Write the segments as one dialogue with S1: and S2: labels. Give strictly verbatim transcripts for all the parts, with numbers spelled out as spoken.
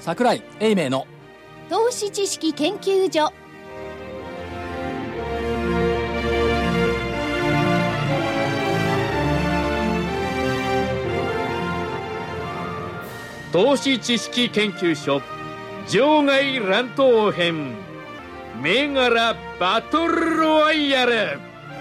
S1: 櫻井英明の
S2: 投資知識研究所。
S3: 投資知識研究所場外乱闘編銘柄バトルロワイヤル。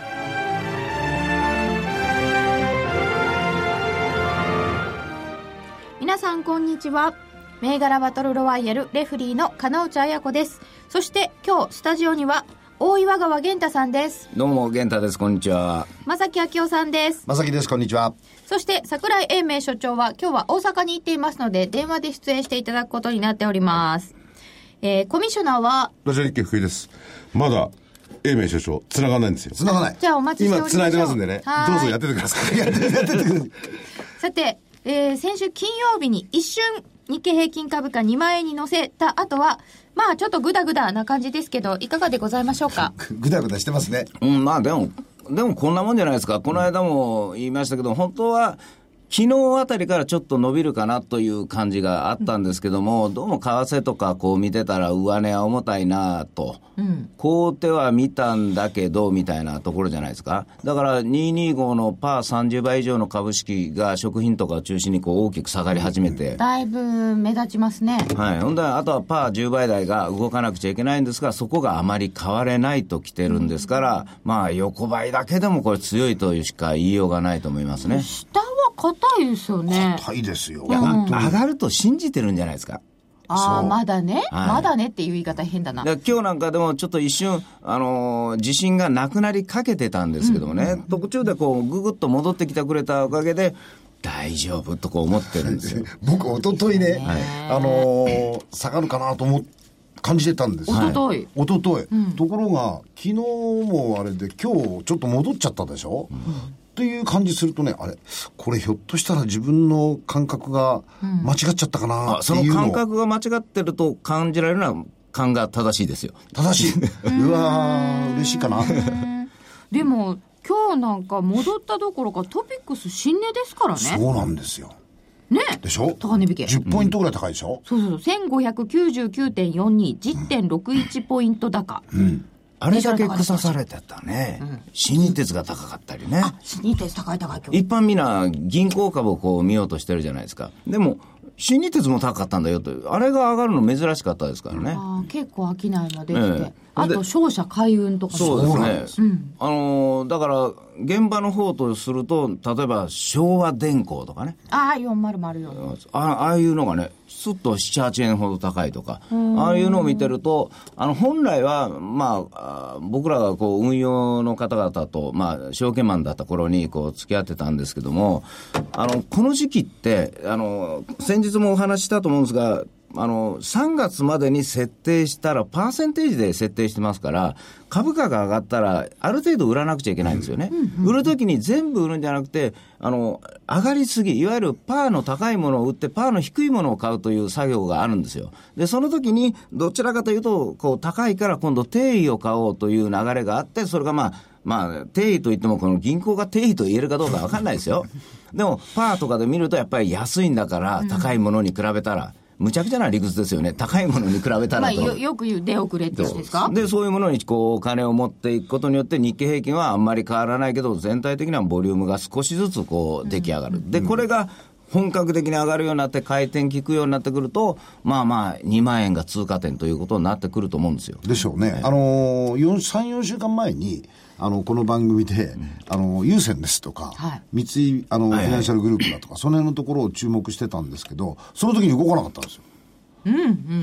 S4: 皆さんこんにちは。銘柄バトルロワイヤルレフリーの金内彩子です。そして今日スタジオには大岩川源太さんです。
S5: どうも源太です。こんにちは。
S4: 正木明夫さんです。
S6: 正木です。こんにちは。
S4: そして櫻井英明所長は今日は大阪に行っていますので電話で出演していただくことになっております。えー、コミッショナーは
S7: ラジオ日経福井です。まだ英明所長繋がないんですよ。
S6: 繋がない。
S4: じゃあお待ちしておりましょう。
S7: 今繋いでますんでね、どうぞやっててください。やっててやっててください。
S4: さて、えー、先週金曜日に一瞬日経平均株価にまんえんに乗せた後はまあちょっとグダグダな感じですけどいかがでございましょうか。
S6: グダグダしてますね。
S5: うん、まあでもでもこんなもんじゃないですか。この間も言いましたけど、本当は昨日あたりからちょっと伸びるかなという感じがあったんですけども、どうも為替とかこう見てたら上値は重たいなと、うん、こう手は見たんだけどみたいなところじゃないですか。だからにひゃくにじゅうごのパーさんじゅうばい以上の株式が食品とかを中心にこう大きく下がり始めて、
S4: だいぶ目立ちますね。
S5: はい。ほんであとはパーじゅうばい台が動かなくちゃいけないんですが、そこがあまり変われないときてるんですから、うん、まあ横ばいだけでもこれ強いというしか言いようがないと思いますね。
S4: 下は硬いですよね。
S6: 硬いですよ。
S5: いや、うん、上がると信じてるんじゃないですか。
S4: ああ、まだね、
S5: はい、
S4: まだねっていう言い方変だな。
S5: だ今日なんかでもちょっと一瞬、あのー、自信がなくなりかけてたんですけどもね、うん、途中でこうぐぐっと戻ってきてくれたおかげで大丈夫とこう思ってるんですよ。
S6: 僕一昨日ね、はい、あのー、下がるかなと思って感じてたんですよ。
S4: おととい。
S6: おととい。ところが昨日もあれで今日ちょっと戻っちゃったでしょ。うんっていう感じするとね、あれこれひょっとしたら自分の感覚が間違っちゃったかなっていうの、
S5: うん、その感覚が間違ってると感じられるのは感が正しいですよ。
S6: 正しいうわー嬉しいかな。
S4: でも今日なんか戻ったどころかトピックス新値ですからね。
S6: そうなんですよ
S4: ね。
S6: でしょ。
S4: 高値引け
S6: じゅうポイントぐらい高いでしょ、
S4: うん、そうそう せんごひゃくきゅうじゅうきゅうてんよんに じゅってんろくいち ポイント高、うんうん
S5: あれだけ腐されてたね、うん、新日鉄が高かったりね。
S4: あ、新日鉄高い高い。今日
S5: 一般みんな銀行株をこう見ようとしてるじゃないですか。でも新日鉄も高かったんだよと、あれが上がるの珍しかったですからね。
S4: あ、結構商いもできて、ええ、あと商社海運とか。
S5: そうですね、うん、あのー、だから現場の方とすると例えば昭和電工とかね、
S4: ああよんまるまるよん
S5: あ, ああいうのがねすっとななはちえんほど高いとか、ああいうのを見てると、あの本来はまあ僕らがこう運用の方々とまあ証券マンだった頃にこう付き合ってたんですけども、あのこの時期ってあの先日もお話ししたと思うんですが、あのさんがつまでに設定したらパーセンテージで設定してますから、株価が上がったらある程度売らなくちゃいけないんですよね、うんうんうん、売るときに全部売るんじゃなくて、あの上がりすぎ、いわゆるパーの高いものを売ってパーの低いものを買うという作業があるんですよ。でその時にどちらかというとこう高いから今度定位を買おうという流れがあって、それがまあまあ定位といってもこの銀行が定位と言えるかどうか分かんないですよ。でもパーとかで見るとやっぱり安いんだから、高いものに比べたらむちゃくちゃな理屈ですよね。高いものに比べたらと、まあ、
S4: よ, よく言う出遅れってやつですか。
S5: でそういうものにこうお金を持っていくことによって日経平均はあんまり変わらないけど、全体的なボリュームが少しずつこう出来上がる、うん、でこれが本格的に上がるようになって回転効くようになってくると、まあまあにまんえんが通過点ということになってくると思うんですよ。
S6: でしょうね、あのー、さん、よんしゅうかんまえにあのこの番組で、うん、あの優先ですとか、はい、三井あの、はいはい、フィナンシャルグループだとかその辺のところを注目してたんですけど、その時に動かなかったんですよ。うんうん、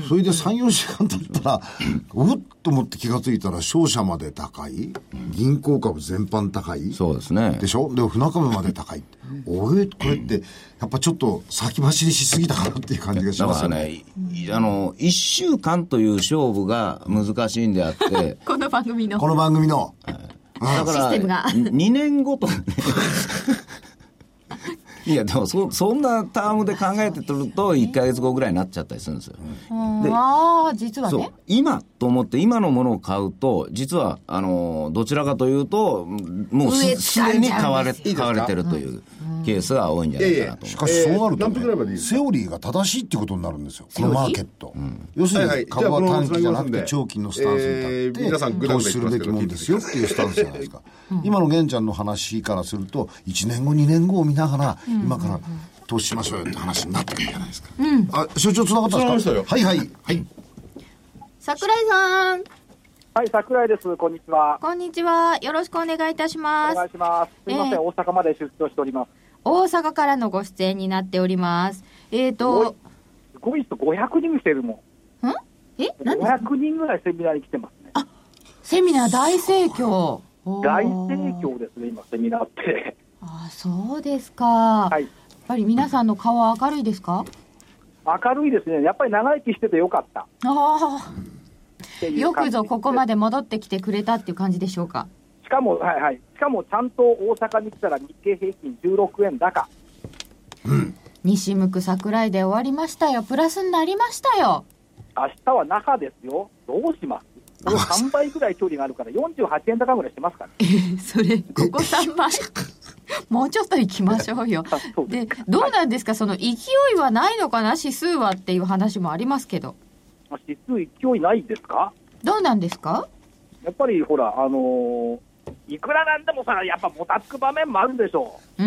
S6: それでさん、よんしゅうかん経ったらおっと思って気がついたら商社まで高い、銀行株全般高い、
S5: そうですね、
S6: でしょ。で船株まで高い、おいこれってやっぱちょっと先走りしすぎたかなっていう感じがしますよね。だから
S5: ね、あのいっしゅうかんという勝負が難しいんであって
S4: この番組の
S6: この番組の、
S5: はい、だからにねんごとにいやでも そ, そんなタームで考えてとるといっかげつごぐらいになっちゃったりするんですよ、
S4: うん、でああ実はね、
S5: そう今と思って今のものを買うと実はあのどちらかというともう す, すでに買われ買われてるというケースが多いんじゃないかなと思う。
S6: しかしそうなると、ね、セオリーが正しいってことになるんですよ、このマーケット、うん、要するに株は短期じゃなくて長期のスタンスに立って投資するべきもんですよっていうスタンスじゃないですか、うん、今の玄ちゃんの話からするといちねんごにねんごを見ながら、うん、今から投資しましょうよって話になってくるじゃないですか、うん、あ所長つながったんですか。はいはいはい。
S4: 桜井さん。
S1: はい、桜井です。こんにちは。
S4: こんにちは。よろしくお願いいたします。
S1: お願いします。すみません、えー、大阪まで出張しております。
S4: 大阪からのご出演になっております。えっ、ー、と
S1: すごい人ごひゃくにん来てるもん。ん？え？何？ごひゃくにんぐらいセミナーに来てますね。
S4: あ、セミナー大盛況。
S1: 大盛況ですね、今セミナーって。
S4: あ、そうですか。はい。やっぱり皆さんの顔は明るいですか？
S1: 明るいですね。やっぱり長生きしててよかった。あ
S4: あ。よくぞここまで戻ってきてくれたっていう感じでしょうか。
S1: しかも、はいはい。しかもちゃんと大阪に来たら日経平均じゅうろくえん高。
S4: うん。西向く桜井で終わりましたよ。プラスになりましたよ。
S1: 明日は那覇ですよ。どうします？このさんばいぐらい距離があるからよんじゅうはちえん高ぐらいしてますから、
S4: ね。それここさんばいもうちょっと行きましょうよ。で、どうなんですか、はい、その勢いはないのかな、指数はっていう話もありますけど。
S1: 指数勢いないですか？
S4: どうなんですか？
S1: やっぱりほら、あのー、いくらなんでもさ、やっぱもたつく場面もあるでしょう。うん。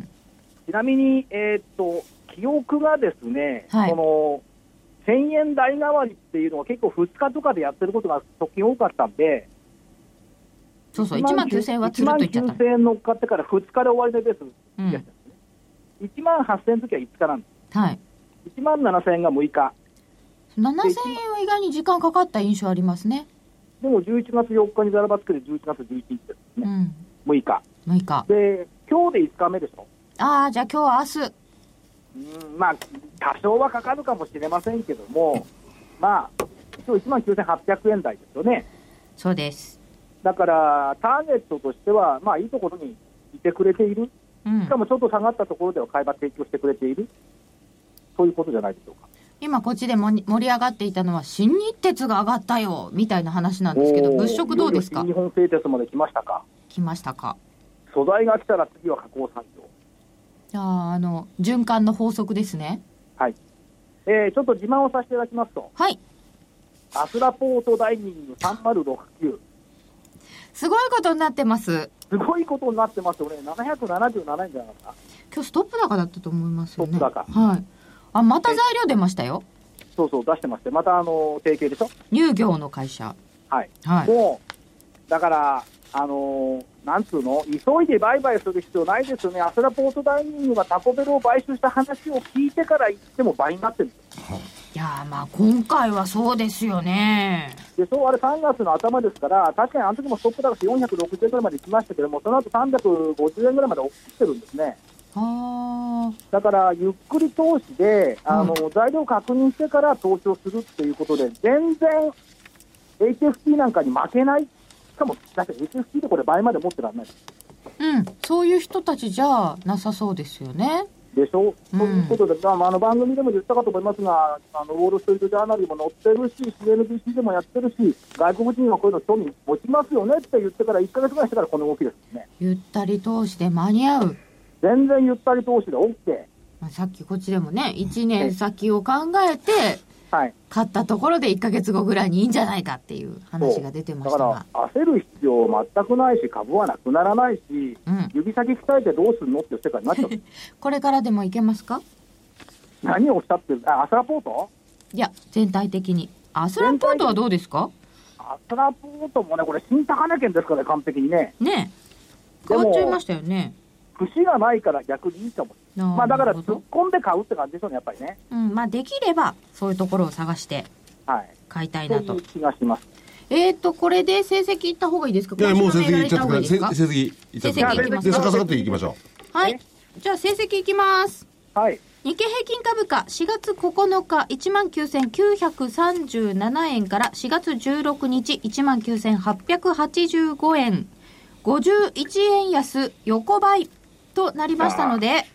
S1: ちなみに、えー、っと記憶がですね、はい、そのせんえん台代わりっていうのは結構ふつかとかでやってることが直近多かったんで、
S4: そうそう、いちまんきゅうせんえんはつるっといっちゃった。いちまんきゅうせんえん乗っかってからふつかで終わりでです、うん、いちまんはっせんえんの時はいつかなんです。はい。いちまんななせんえんがむいか。ななせんえんは意外に時間かかった印象ありますね。
S1: でもじゅういちがつよっかにざらばつけてじゅういちがつじゅういちにちですね、うん、むいか
S4: むいか
S1: で、今日でいつかめでしょ。
S4: ああ、じゃあ今日は明日、
S1: うん、まあ多少はかかるかもしれませんけどもまあ今日いちまんきゅうせんはっぴゃくえん台ですよね。
S4: そうです。
S1: だからターゲットとしてはまあいいところにいてくれている、うん、しかもちょっと下がったところでは買い場提供してくれている、そういうことじゃないでしょうか。
S4: 今こっちで盛り上がっていたのは新日鉄が上がったよみたいな話なんですけど、物色どうですか？
S1: 日本製鉄まで来ましたか？
S4: 来ましたか？
S1: 素材が来たら次は加工産業。
S4: じゃあ、あの循環の法則ですね。
S1: はい、えー、ちょっと自慢をさせていただきますと、はい、アスラポートダイニングさんまるろくきゅう、
S4: すごいことになってます。
S1: すごいことになってますよね。ななひゃくななじゅうななえんじゃなかった？
S4: 今日ストップ高だったと思いますよね。
S1: ストップ高、
S4: はい。あ、また材料出ましたよ。
S1: そうそう、出してまして、またあの提携でしょ、
S4: 乳業の会社。
S1: はい、はい、もうだからあのー、なんつうの、急いで売買する必要ないですよね。アスラポートダイニングがタコベルを買収した話を聞いてから言っても倍になってるんですよ。
S4: いやまあ今回はそうですよね。
S1: でそう、あれさんがつの頭ですから、確かにあの時もストップ高してよんひゃくろくじゅうえんぐらいまで来ましたけども、その後さんびゃくごじゅうえんぐらいまで落ちてるんですね。あ、だからゆっくり投資であの、うん、材料を確認してから投資をするっていうことで、全然 エイチエフティー なんかに負けない。しかもだって エイチエフティー でこれ倍まで持ってらんないです。
S4: うん、そういう人たちじゃなさそうですよね。
S1: でしょ、うん、ということで、まあ、あの番組でも言ったかと思いますが、あのウォール・ストリート・ジャーナルにも載ってるし シーエヌビーシー でもやってるし、外国人はこういうの興味持ちますよねって言ってからいっかげつぐらいしてからこの動きですね。
S4: ゆったり投資で間に合う。
S1: 全然ゆったり投資で OK、
S4: まあ、さっきこっちでもねいちねん先を考えて、はい、買ったところでいっかげつごぐらいにいいんじゃないかっていう話が出てましたが、
S1: だから焦る必要全くないし、株はなくならないし、うん、指先鍛えてどうするのっていう世界になっちゃう
S4: これからでもいけますか？
S1: 何をおっしゃってる？あ、アスラポート？
S4: いや全体的にアスラポートはどうですか？
S1: アスラポートもね、これ新高値圏ですからね、完璧にね
S4: ね変わっちゃいましたよね。
S1: 節がないから逆にいいかも。まあだから突っ込んで買うって感じでしょうね、やっぱりね。
S4: うん、まあできればそういうところを探して買いたいなと、はい、
S1: そういう気がします。
S4: えーとこれで成績いった方がいいですか？
S7: いやもう成績いっちゃってください。成績
S4: いっちゃってください。成績いきますか？
S7: でサカサカっていきましょ
S4: う。はい、じゃあ成績いきます。
S1: はい。
S4: 日経平均株価しがつここのか いちまんきゅうせんきゅうひゃくさんじゅうななえんからしがつじゅうろくにち いちまんきゅうせんはっぴゃくはちじゅうごえんごじゅういちえん安横ばいとなりましたので、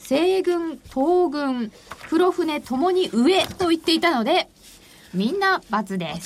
S8: 西軍、東軍、黒船ともに上と言っていたので、みんな×です。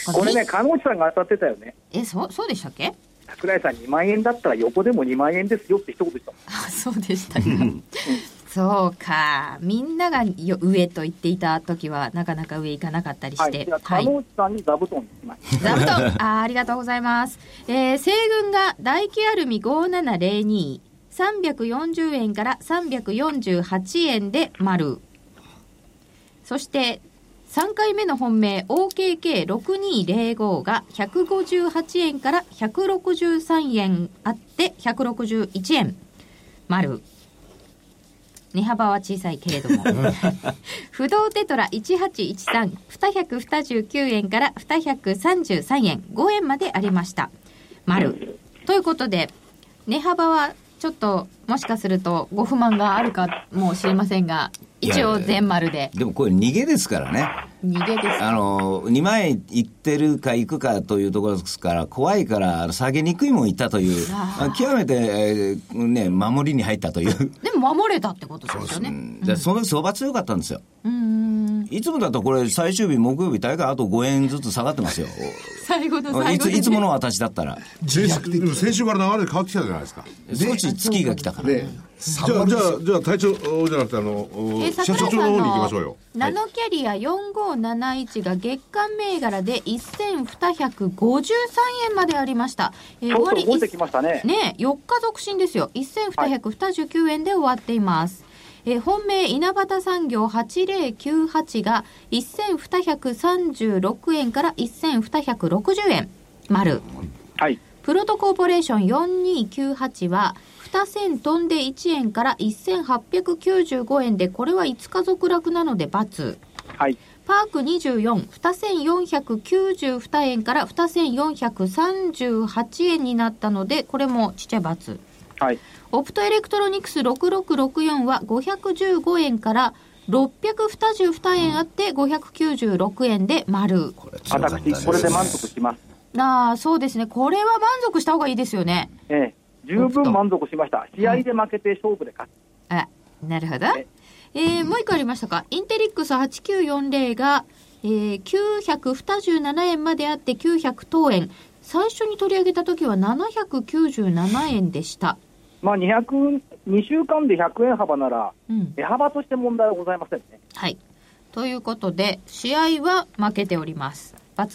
S1: これね、鹿野内さんが当たってたよね。
S8: え、そう、そうでしたっけ？
S1: 桜井さんにまん円だったら横でもにまん円ですよって一言でした。
S8: あ、そうでしたね。そうか、みんながよ上と言っていた時はなかなか上行かなかったりして、
S1: はい、じゃあ鹿野内さんに座布団にします。
S8: 座布団、あ、ありがとうございます。えー、西軍が大気アルミごななゼロに、さんびゃくよんじゅうえんからさんびゃくよんじゅうはちえんで丸。そしてさんかいめの本命 オーケーケーろくにーゼロご がひゃくごじゅうはちえんからひゃくろくじゅうさんえんあってひゃくろくじゅういちえん丸。値幅は小さいけれども不動テトラいちはちいちさん、にひゃくにじゅうきゅうえんからにひゃくさんじゅうさんえん、ごえんまでありました丸ということで、値幅はちょっともしかするとご不満があるかもしれませんが、一応全丸で。
S5: でもこれ逃げですからね。
S8: 逃げです。
S5: あのにまん円いってるかいくかというところですから、怖いから下げにくいもんいったという、極めて、えーね、守りに入ったという。
S8: でも守れたってことですよね。
S5: うん、その相場強かったんですよ。
S8: うーん、
S5: いつもだとこれ最終日木曜日大概あとごえんずつ下がってますよ。
S8: 最後の最後で、ね、
S5: いついつもの私だったら
S7: 先週から流れ変わってきたじゃないですか。
S5: 少し月が来たから、ね、
S7: じゃあじゃあじゃあ隊長じゃなくてあの社長の方に行きましょうよ。
S8: ナノキャリアよんごなないちが月間銘柄でせんにひゃくごじゅうさんえんまでありました。
S1: えー、ちょっと動いてきましたね。
S8: ね、よっか続伸ですよ。せんにひゃくにじゅうきゅうえんで終わっています。はい、えー、本命稲畑産業はちぜろきゅうはちがせんにひゃくさんじゅうろくえんからせんにひゃくろくじゅうえん丸。
S1: はい。
S8: プロトコーポレーションよんにきゅうはちはにせん飛んでいちえんからせんはっぴゃくきゅうじゅうごえんで、これはいつか続落なので×。
S1: はい。
S8: パークにじゅうよん、にせんよんひゃくきゅうじゅうにえんからにせんよんひゃくさんじゅうはちえんになったので、これもちっちゃい×。
S1: はい。
S8: オプトエレクトロニクスろくろくろくよんはごひゃくじゅうごえんからろっぴゃくにじゅうにえんあってごひゃくきゅうじゅうろくえんで丸。
S1: これ私これで満足します。
S8: ああ、そうですね。これは満足した方がいいですよね。
S1: ええ、十分満足しました。試合で負けて勝負で勝つ。
S8: あ、なるほど。ええー、もう一個ありましたか。インテリックスはちきゅうよんぜろが、えー、きゅうひゃくにじゅうななえんまであってきゅうひゃくとうえん。最初に取り上げた時はななひゃくきゅうじゅうななえんでした。
S1: まあにひゃく、にしゅうかんでひゃくえん幅なら、うん、値幅として問題はございませんね。
S8: はい。ということで、試合は負けております。×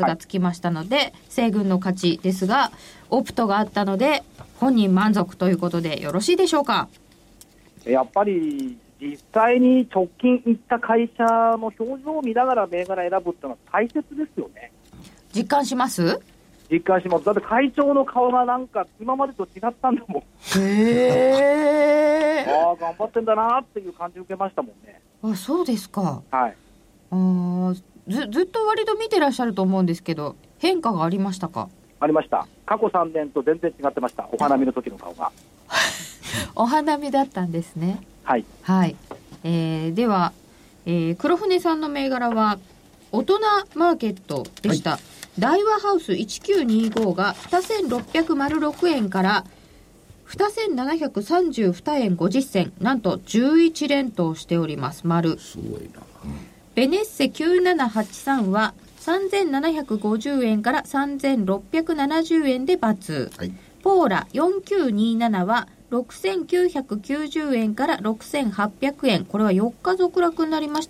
S8: がつきましたので、はい、西軍の勝ちですが、オプトがあったので本人満足ということでよろしいでしょうか。
S1: やっぱり実際に直近行った会社の表情を見ながら銘柄選ぶってのは大切ですよね。
S8: 実感します？
S1: 実感します。だって会長の顔がなんか今までと違ったんだもん。
S8: へー
S1: ああ頑張ってんだなっていう感じ受けましたもんね。
S8: あ、そうですか。
S1: はい。
S8: あず, ずっと割と見てらっしゃると思うんですけど、変化がありましたか？
S1: ありました。過去さんねんと全然違ってました。お花見の時の顔が
S8: お花見だったんですね。
S1: はい、
S8: はい。えー、では、えー、黒船さんの銘柄は大人マーケットでした。はい、大和ハウスいちきゅうにごがにせんろっぴゃくろくえんからにせんななひゃくさんじゅうにえんごじゅっせん、なんとじゅういち連投しております。丸。
S5: すごいな。うん、
S8: ベネッセきゅうななはちさんはさんぜんななひゃくごじゅうえんからさんぜんろっぴゃくななじゅうえんで×、はい、ポーラよんきゅうにななはろくせんきゅうひゃくきゅうじゅうえんからろくせんはっぴゃくえん、これはよっか続落になりました。×、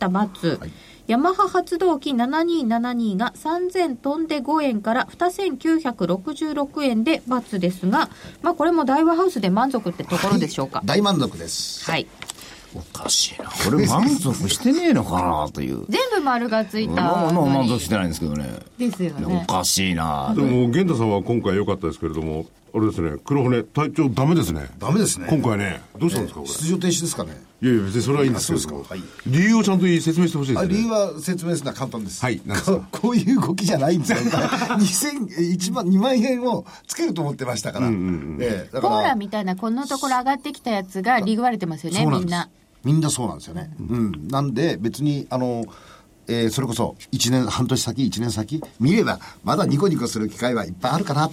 S8: はい、ヤマハ発動機ななにーななにがさんぜん飛んでごえんからにせんきゅうひゃくろくじゅうろくえんで×ですが、まあ、これも大和ハウスで満足ってところでしょうか。
S6: はい、大満足です。
S8: はい。
S5: おかしいな。これ満足してねえのかなという。
S8: 全部丸がついた。
S5: まあ満足してないんですけどね。
S8: ですよね。
S5: おかしいな。
S7: でも源太さんは今回良かったですけれども、あれですね、黒船隊長ダメですね。
S6: ダメですね。
S7: 今回ね、どうしたんですか、これ。
S6: 出場停止ですかね。
S7: いやいや別にそれはいいんですけど。そうですか。はい。理由をちゃんと説明してほしいですね。
S6: 理由は説明するのは簡単です。
S7: はい。なんですか。
S6: こういう動きじゃないんですよ。にせん、いちまん、にまんえんをつけると思ってましたから。うんうんうん。
S8: えー、だからポーラみたいなこのところ上がってきたやつが利食われてますよね、みんな。
S6: みんなそうなんですよね。うん。なんで別にあの、えー、それこそいちねん、半年先、いちねん先見ればまだニコニコする機会はいっぱいあるかなと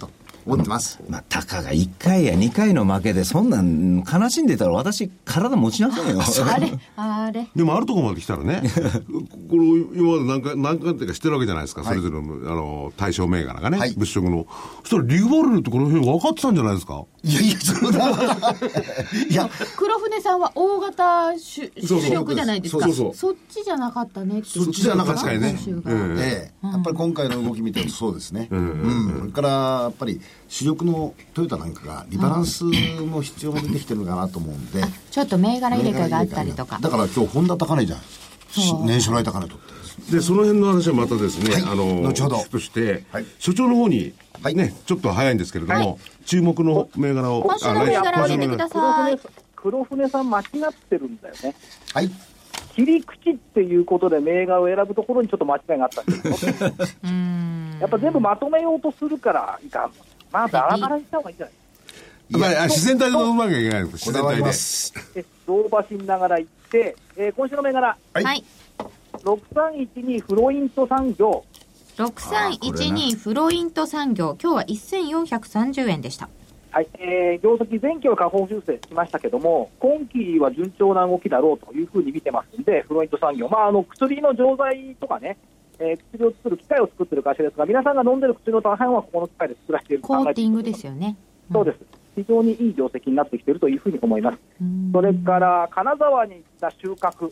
S6: 思ってます。
S5: まあ、たかがいっかいやにかいの負けでそんなん悲しんでたら私体持ちなさいよ。
S8: あれあれ
S7: でもあるところまで来たらねこれ今まで何回何回っていうかしてるわけじゃないですか、はい、それぞれのあの対象銘柄がね、はい、物色のそしたらリグバレルってこの辺分かってたんじゃないですか。
S6: いやいやそうだ
S8: いや黒船さんは大型主力じゃないですか。そうそうそうそっちじゃなかったねって。
S6: そっちじゃなかった
S7: 確かにね、
S6: ええ、やっぱり今回の動き見てるとそうですね、うんうん、それからやっぱり主力のトヨタなんかがリバランスも必要も出てきてるのかなと思うんで、
S8: ちょっと銘柄入れ替えがあったりとか。
S6: だから今日ホンダ高値じゃん、年初来高値とって
S7: でその辺の話はまたですね、
S6: はい、
S7: あの
S6: 後ほど
S7: として、はい、所長の方に、はいね、ちょっと早いんですけれども、はい、注目の銘柄を
S8: 今週の銘柄を入れてください。
S1: 黒船さん間違ってるんだよね。
S6: はい、
S1: 切り口っていうことで銘柄を選ぶところにちょっと間違いがあったんですよやっぱ全部まとめようとするからいかん。まあバラバラにした方がいいんじゃない
S7: やっぱり自然体のうまくいけないのか。
S6: 自然体で
S1: 相場しながら行って、えー、今週の銘柄、
S6: はい、
S1: ろくさんいちにフロイント産業。
S8: ろくさんいちにフロイント産業、今日はせんよんひゃくさんじゅうえんでした。
S1: はい、えー、業績前期は下方修正しましたけども、今期は順調な動きだろうというふうに見てますんで、フロイント産業、まあ、あの薬の錠剤とかね、えー、薬を作る機械を作っている会社ですが、皆さんが飲んでいる薬の大半はここの機械で作らせていると考えている。
S8: コーティングですよね、
S1: うん、そうです。非常にいい業績になってきているというふうに思います。それから金沢に行った収穫、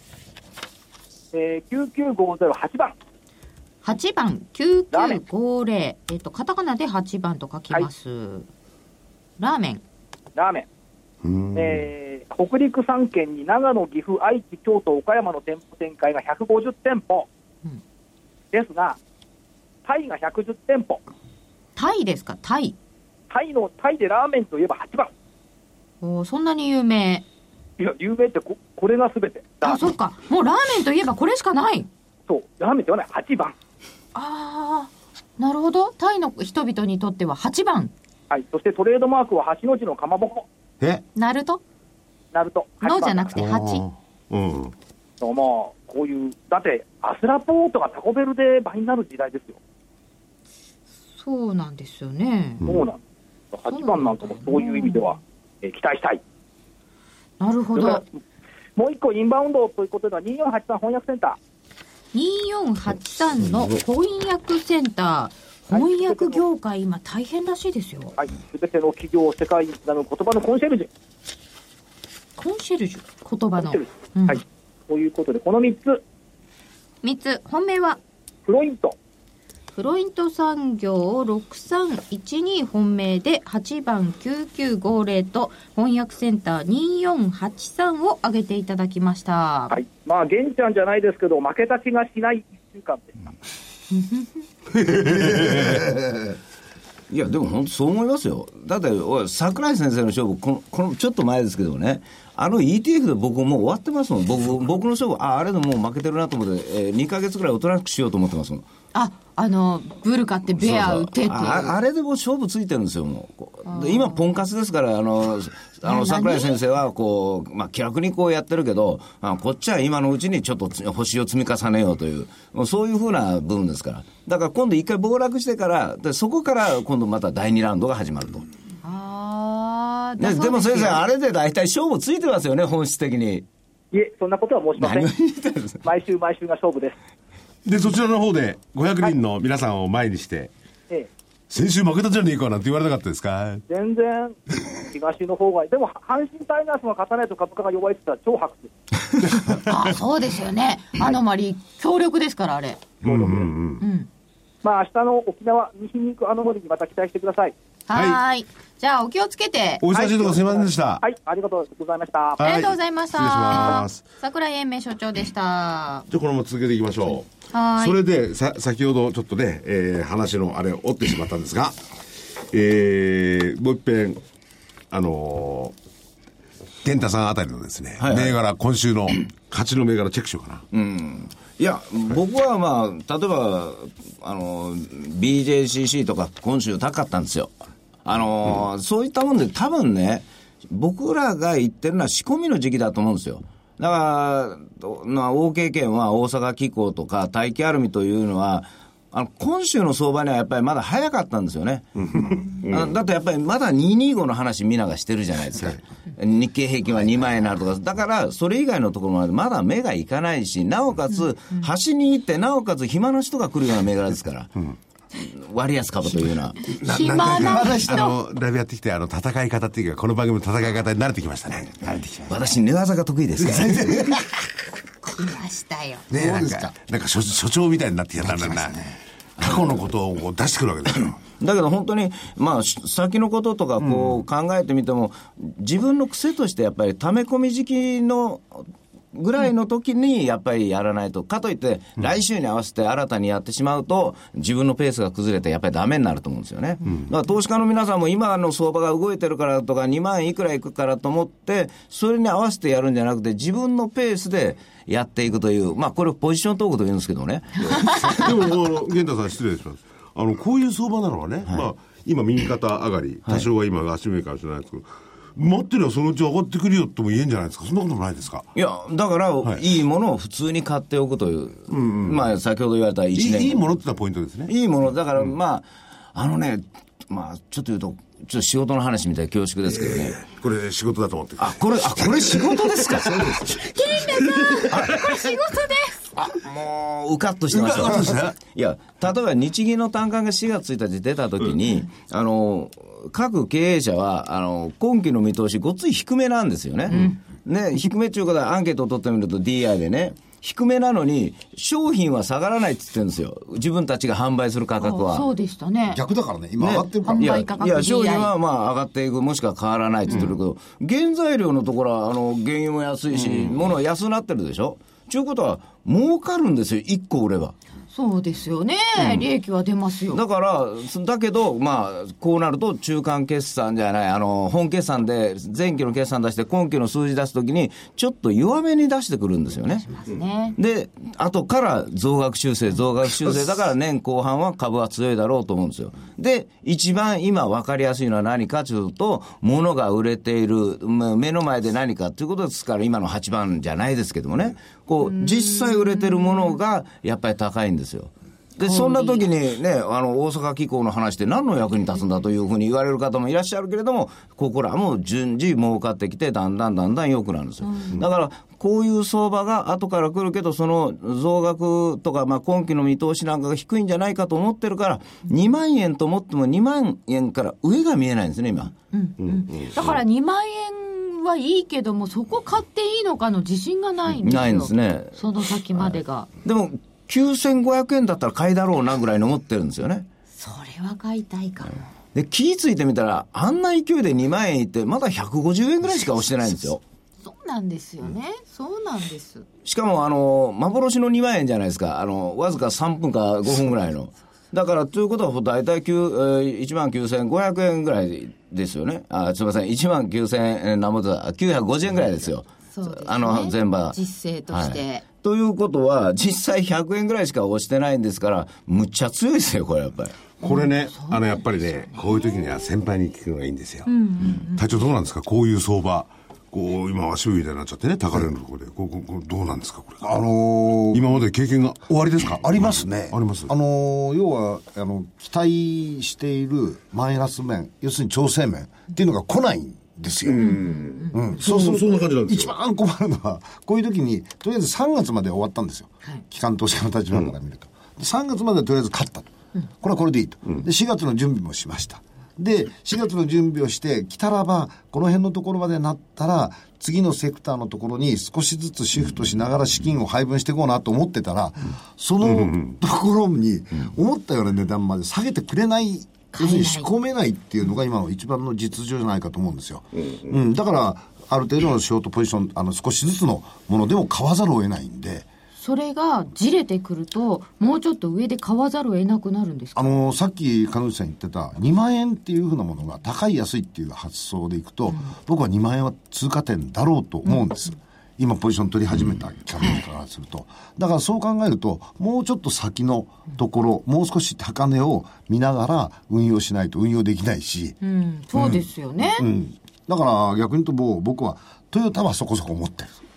S1: えー、きゅうきゅうごゼロはちばん
S8: はちばんきゅうきゅうごゼロ、えっとカタカナではちばんと書きます、はい、ラーメン
S1: ラーメン、えー、北陸さん県に長野、岐阜、愛知、京都、岡山の店舗展開がひゃくごじゅってんぽ、うん、ですがタイがひゃくじゅってんぽ。
S8: タイですか。タイ
S1: タイのタイでラーメンといえばはちばん。
S8: おそんなに有名。
S1: いや有名って こ, これがすべて。
S8: あ、そっか、もうラーメンといえばこれしかない。
S1: そうラーメンって言わないはちばん。
S8: ああなるほど。タイの人々にとってははちばん。
S1: はい、そしてトレードマークははちの字のかまぼこ。
S6: え
S8: ナルト
S1: ナルト
S8: のじゃなくてはち。
S1: うんそうまあこういうだってアスラポートがタコベルで倍になる時代ですよ。
S8: そうなんですよね。
S1: そうなんです。はちばんなんかもそういう意味では、えー、期待したい。
S8: なるほど。
S1: もう一個インバウンドということではにーよんはちさん翻訳センター
S8: にーよんはちさんの翻訳センター、翻訳業界、はい、今大変らしいですよ。
S1: はい、すべての企業世界につなぐ言葉のコンシェルジュ。
S8: コンシェルジュ言葉の、
S1: うん、はい。ということでこのみっつ
S8: みっつ本命は
S1: フロイント
S8: フロイント産業ろくさんいちに本命ではちばんきゅうきゅうごゼロと翻訳センターにーよんはちさんを挙げていただきました。
S1: はい、まあ玄ちゃんじゃないですけど負けた気がしないいっしゅうかんでした
S5: いやでも本当そう思いますよ。だって櫻井先生の勝負この、このちょっと前ですけどね、あの イーティーエフ で僕もう終わってますもん。 僕, 僕の勝負ああれでもう負けてるなと思って、えー、にかげつぐらいおとなしくしようと思ってますもん。
S8: ああのブル買ってベア売ってっていう、
S5: そうそう あ, あれでもう勝負ついてるんですよ。もう今ポンカツですから、あのあの櫻井先生はこう、まあ、気楽にこうやってるけど、あこっちは今のうちにちょっと星を積み重ねようというもうそういうふうな部分ですから。だから今度一回暴落してからでそこから今度まただいにラウンドが始まると。
S8: あ
S5: ね、でも先生あれで大体勝負ついてますよね本質的に。
S1: いえそんなことは申しません。毎週毎週が勝負です。
S7: でそちらの方でごひゃくにんの皆さんを前にして、はい、先週負けたじゃねえかなんて言われなかったですか。
S1: 全然東の方がでも阪神タイガースが勝たないと株価が弱いって言ったら超白
S8: ですあそうですよね。アノマリ強力ですからあれ。
S1: 強力、うんうんうん、まあ明日の沖縄西に行くアノマリにまた期待してください。
S8: はいはいじゃあお気をつけて。
S7: お忙しいところすいませんでした。
S1: はい、ありがとうございました。
S8: はい、ありがとうございました。
S7: 失礼します。
S8: 櫻井英明所長でした。じゃ
S7: あこのまま続けていきましょう。はい。それでさ先ほどちょっとね、えー、話のあれを折ってしまったんですが、えー、もう一遍あのー、健太さんあたりのですね、はいはい、銘柄今週の勝ちの銘柄チェックしようかな。
S5: うん。いや僕はまあ例えばあの ビージェーシーシー とか今週高かったんですよ。あのーうん、そういったもんで多分ね僕らが言ってるのは仕込みの時期だと思うんですよ。だから、まあ、OK 圏は大阪機構とか大気アルミというのはあの今週の相場にはやっぱりまだ早かったんですよね、うん、だってやっぱりまだにひゃくにじゅうごの話みんながしてるじゃないですか、はい、日経平均はにまんえんになるとか、だからそれ以外のところまでまだ目がいかないし、なおかつ端に行ってなおかつ暇な人が来るような銘柄ですから、うん、割安株というのは
S8: 暇な人、
S7: あのだいぶやってきて、あの戦い方っていうかこの番組の戦い方に慣れてきましたね。慣れてきました。
S5: 私寝技が得意ですからね
S8: 来ましたよ。
S7: ねえ、なんかなんか 所, 所長みたいになってきたんだな。過去のことをこう出してくるわけですよ。
S5: だけど本当に、まあ、先のこととかこう考えてみても、うん、自分の癖としてやっぱり溜め込み時期のぐらいの時にやっぱりやらないと、かといって来週に合わせて新たにやってしまうと自分のペースが崩れてやっぱりダメになると思うんですよね、うん、だから投資家の皆さんも今の相場が動いてるからとかにまんいくらいくからと思ってそれに合わせてやるんじゃなくて、自分のペースでやっていくという、まあこれポジショントークと言うんですけどね
S7: でもあの源太さん失礼します、あのこういう相場なのはね、はい、まあ、今右肩上がり多少は今足目かもしれないですけど、はい、待ってりゃそのうち上がってくるよとも言えんじゃないですか。そんなこともないですか。
S5: いやだから、はい、いいものを普通に買っておくという、うんうん、まあ先ほど言われたいちねん
S7: いい、いいものってのはポイントですね。
S5: いいものだから、うん、まああのね、まあちょっと言うとちょっと仕事の話みたいな恐縮ですけどね、
S7: えー、これ仕事だと思って
S5: あこれあこれ仕事ですかそうです
S8: 金田さんこれ仕事です
S5: あもううかっとしてましたいや例えば日銀の短観がしがつついたち出た時に、うん、あの各経営者はあの今期の見通しごっつい低めなんですよね、うん、ね低めっていうことはアンケートを取ってみると ディーアイ でね低めなのに商品は下がらないって言ってるんですよ、自分たちが販売する価格は。
S8: そうでしたね。
S6: 逆だからね、今上がってるから、
S8: ね、販売価格
S5: いや、いや商品はまあ上がっていくもしくは変わらないって言ってるけど、うん、原材料のところはあの原油も安いし、うん、物は安くなってるでしょ。ということは儲かるんですよ、いっこ売れば。
S8: そうですよね、うん、利益は出ますよ。
S5: だからだけどまあこうなると中間決算じゃないあの本決算で前期の決算出して今期の数字出すときにちょっと弱めに出してくるんですよね。
S8: しますね。
S5: で後から増額修正増額修正だから年後半は株は強いだろうと思うんですよ。で一番今分かりやすいのは何かというと物が売れている目の前で何かということですから、今のはちばんじゃないですけどもね、こう実際売れてるものがやっぱり高いんですよ。でそんな時にね、あの大阪機構の話って何の役に立つんだというふうに言われる方もいらっしゃるけれども、ここらも順次儲かってきてだんだんだんだん良くなるんですよ、うん、だからこういう相場が後から来るけど、その増額とか、まあ、今期の見通しなんかが低いんじゃないかと思ってるからにまんえんと思ってもにまんえんから上が見えないんですね今、
S8: うんうん、だからにまんえんはいいけどもそこ買っていいのかの自信がないんですよ。
S5: ないんですね、
S8: その先までが、はい、
S5: でもきゅうせんごひゃくえんだったら買いだろうなぐらいに思ってるんですよね。
S8: それは買いたいかも。
S5: で気ぃついてみたらあんな勢いでにまんえんいってまだひゃくごじゅうえんぐらいしか押してないんですよ。
S8: そうなんですよね、うん、そうなんです。
S5: しかもあの幻のにまんえんじゃないですか、あのわずかさんぷんかごふんぐらいのだからということは大体いちまんきゅうせんごひゃくえんぐらいですよね。あすみませんいちまんきゅうせんえんなんぼだきゅうひゃくごじゅうえんぐらいですよ。
S8: そうですね、
S5: あの全場
S8: 実勢として、はい、
S5: ということは実際ひゃくえんぐらいしか押してないんですからむっちゃ強いですよこれやっぱり。
S7: これね、うん、あのやっぱりねこういう時には先輩に聞くのがいいんですよ、うんうんうん、隊長どうなんですかこういう相場、こう今足踏みみたいになっちゃってね高値のところで、こうこうどうなんですかこれ。
S6: あのー、
S7: 今まで経験が終わりですか。
S6: ありますね、
S7: あります。
S6: あのー、要はあの期待しているマイナス面、要するに調整面っていうのが来ないんですよ。うん、うん、そうすると
S7: そんな感じなんですよ。
S6: 一番困るのはこういう時にとりあえずさんがつまで終わったんですよ、はい、機関投資家の立場から見ると、うん、さんがつまでとりあえず勝ったと、うん、これはこれでいいと、うん、でしがつの準備もしました。でしがつの準備をしてきたらばこの辺のところまでなったら次のセクターのところに少しずつシフトしながら資金を配分していこうなと思ってたら、うん、そのところに思ったような値段まで下げてくれない、要するに仕込めないっていうのが今の一番の実情じゃないかと思うんですよ、うんうん、だからある程度のショートポジション、あの少しずつのものでも買わざるを得ないんで、
S8: それがじれてくるともうちょっと上で買わざるを得なくなるんですか。
S6: あのさっき金内さん言ってたにまんえんっていうふうなものが高い安いっていう発想でいくと、うん、僕はにまんえんは通過点だろうと思うんです、うん、今ポジション取り始めたキャンプからすると、うん、だからそう考えるともうちょっと先のところ、もう少し高値を見ながら運用しないと運用できないし、
S8: うん、そうですよね、
S6: うんうん、だから逆に言うと僕はトヨタはそこそこ持ってる。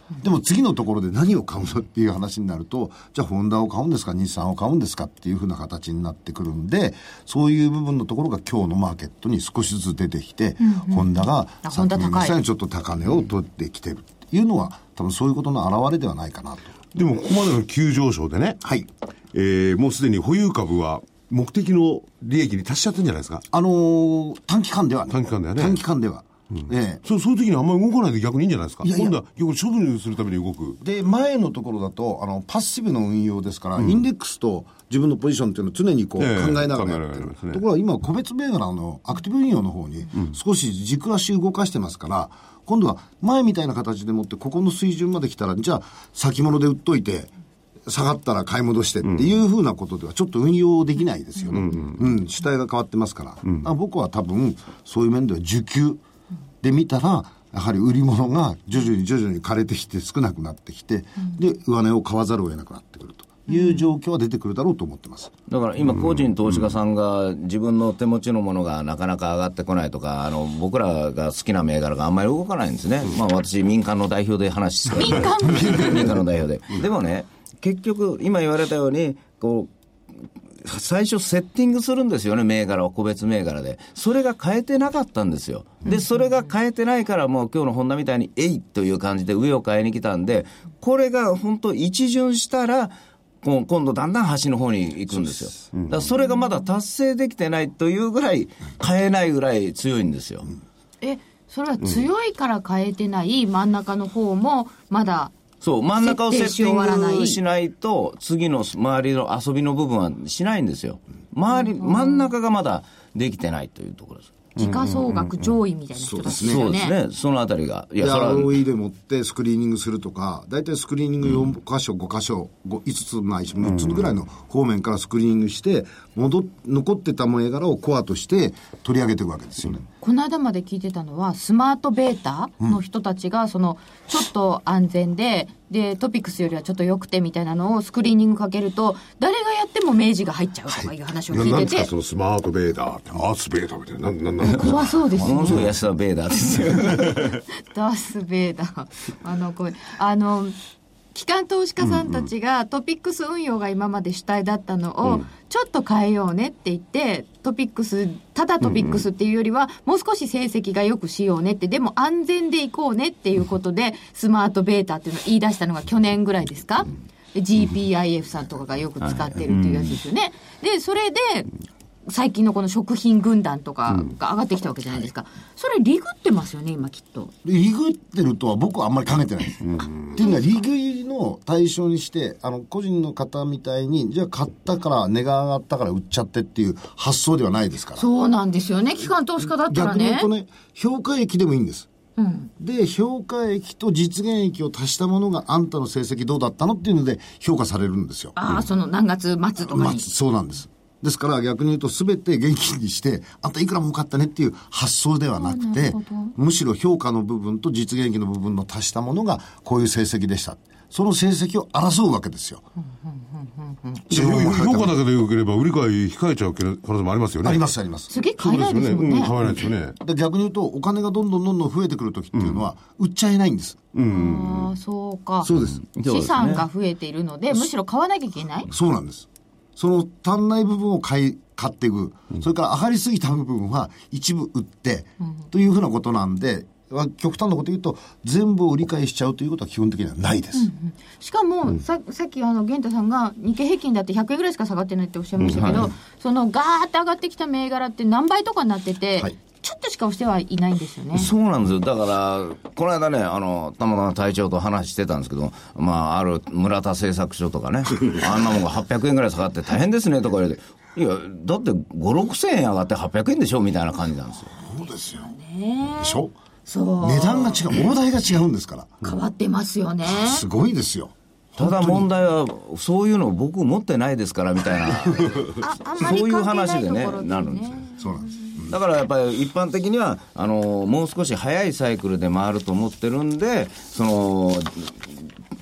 S6: でも次のところで何を買うのっていう話になると、じゃあホンダを買うんですか日産を買うんですかっていうふうな形になってくるんで、そういう部分のところが今日のマーケットに少しずつ出てきて、うんうん、ホンダがさっき言いましたようにちょっと高値を取ってきてるっていうのは、多分そういうことの表れではないかなと。
S7: でもここまでの急上昇でね、
S6: はい、
S7: えー、もうすでに保有株は目的の利益に達しちゃってるんじゃないですか。
S6: あのー、短期間ではね。
S7: 短期間ではね。
S6: 短期間では。
S7: うんええ、そう、そういう時にあんまり動かないで逆にいいんじゃないですか。いやいや今度は逆に処分するために動く。
S6: で、前のところだと、あの、パッシブの運用ですから、うん、インデックスと自分のポジションっていうのを常にこう考えながらやってる。ええね、ところが今、個別銘柄のアクティブ運用の方に少し軸足動かしてますから、うん、今度は前みたいな形でもって、ここの水準まで来たら、じゃあ、先物で売っといて、下がったら買い戻してっていうふうなことではちょっと運用できないですよね。うん、うんうん、主体が変わってますから。うん、から僕は多分、そういう面では需給、で見たらやはり売り物が徐々に徐々に枯れてきて少なくなってきて、うん、で上値を買わざるを得なくなってくるという状況は出てくるだろうと思ってます。
S5: だから今個人投資家さんが自分の手持ちのものがなかなか上がってこないとか、あの僕らが好きな銘柄があんまり動かないんですね。まあ私民間の代表で話して
S8: 民間
S5: 民間の代表ででもね、結局今言われたようにこう最初セッティングするんですよね、銘柄を個別銘柄で。それが変えてなかったんですよ。で、それが変えてないからもう今日のホンダみたいにえいという感じで上を買いに来たんで、これが本当一巡したら今度だんだん端の方に行くんですよ。だからそれがまだ達成できてないというぐらい、変えないぐらい強いんですよ。
S8: え、それは強いから変えてない真ん中の方もまだ
S5: そう、真ん中をセッティングしないと次の周りの遊びの部分はしないんですよ。周り、真ん中がまだできてないというところです。
S8: 時価総額上位みたいな人たちですよね。
S5: そうですね。そのあたりが。
S6: いや、アールオーイー でもってスクリーニングするとか、だいたいスクリーニングよん箇所、ご箇所、いつつないしむっつぐらいの方面からスクリーニングして、戻残ってた銘柄をコアとして取り上げていくわけですよね。
S8: この間まで聞いてたのは、スマートベータの人たちが、その、ちょっと安全で、で、トピックスよりはちょっと良くてみたいなのをスクリーニングかけると、誰がやっても明示が入っちゃうとかいう話を聞いてて。
S7: 何ですか、そのスマートベーターって、アースベーターみたいな。な、な、な。
S8: 怖そうですね。
S5: ものすごい安田ベーダーですよ。
S8: ダースベーダー。あの、これ、あの、機関投資家さんたちがトピックス運用が今まで主体だったのをちょっと変えようねって言って、トピックス、ただトピックスっていうよりはもう少し成績が良くしようねって、でも安全でいこうねっていうことでスマートベータっていうのを言い出したのが去年ぐらいですか。 ジーピーアイエフ さんとかがよく使ってるっていうやつですよね。で、それで最近のこの食品軍団とかが上がってきたわけじゃないですか。それリグってますよね今きっと。
S6: リグってるとは僕はあんまり考えてないです。うん、っていうのはリグの対象にして、あの個人の方みたいにじゃあ買ったから値が上がったから売っちゃってっていう発想ではないですから。
S8: そうなんですよね。機関投資家だったらね。
S6: 逆に言うとね、評価益でもいいんです。うん、で評価益と実現益を足したものがあんたの成績どうだったのっていうので評価されるんですよ。
S8: ああ、その何月末とかに。
S6: そうなんです。ですから逆に言うと全て現金にしてあんたいくら儲かったねっていう発想ではなくて、むしろ評価の部分と実現益の部分の足したものがこういう成績でした。その成績を争うわけですよ。
S7: 評価だけで良ければ売り買い控えちゃう可能性もありますよね。
S6: ありますあります。
S8: 次買えないですよね。
S7: 買えないですよね。
S6: で逆に言うとお金がどんどんどんどん増えてくるときっていうのは、うん、売っちゃえないんです。
S8: うん、ああ、そうか。
S6: そうです。
S8: 資産が増えているので、むしろ買わなきゃいけない。
S6: そうなんです。その足んない部分を買い買っていく、うん、それから上がりすぎた部分は一部売って、うん、というふうなことなんで、極端なこと言うと全部を理解しちゃうということは基本的にはないです。うんうん、
S8: しかも、うん、さ, さっきあの源太さんが日経平均だってひゃくえんぐらいしか下がってないっておっしゃいましたけど、うんはい、そのガーッと上がってきた銘柄って何倍とかになってて、はい、ちょっとしか押してはいないんですよね。
S5: そうなんですよ。だからこの間ね、あのたまたま隊長と話してたんですけど、まあある村田製作所とかねあんなもんがはっぴゃくえんぐらい下がって大変ですねとか言われて、いやだってご、ろくせんえん上がってはっぴゃくえんでしょみたいな感じなんですよ。
S6: そうですよね。でしょ。そう値段が違う、大台が違うんですから
S8: 変わってますよね。
S6: すごいですよ。
S5: ただ問題はそういうの僕持ってないですからみたいなそういう話でねなるんですよ。
S6: そうなんです。
S5: だからやっぱり一般的にはあのもう少し早いサイクルで回ると思ってるんで、その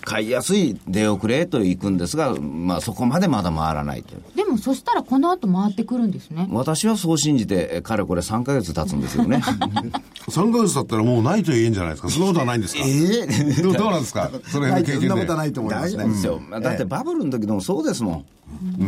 S5: 買いやすい出遅れといくんですが、まあ、そこまでまだ回らないという。
S8: でもそしたらこの後回ってくるんですね。
S5: 私はそう信じて、かれこれさんかげつ経つんですよね。
S7: さんかげつ経ったらもうないと言えんじゃないですか。そんなことはないんですか。えー、どうどうなんですか。それの経験で。
S6: そんなことはないと思いますね。
S5: 大丈夫ですよ。うん、だってバブルの時でもそうですもん。
S7: うん、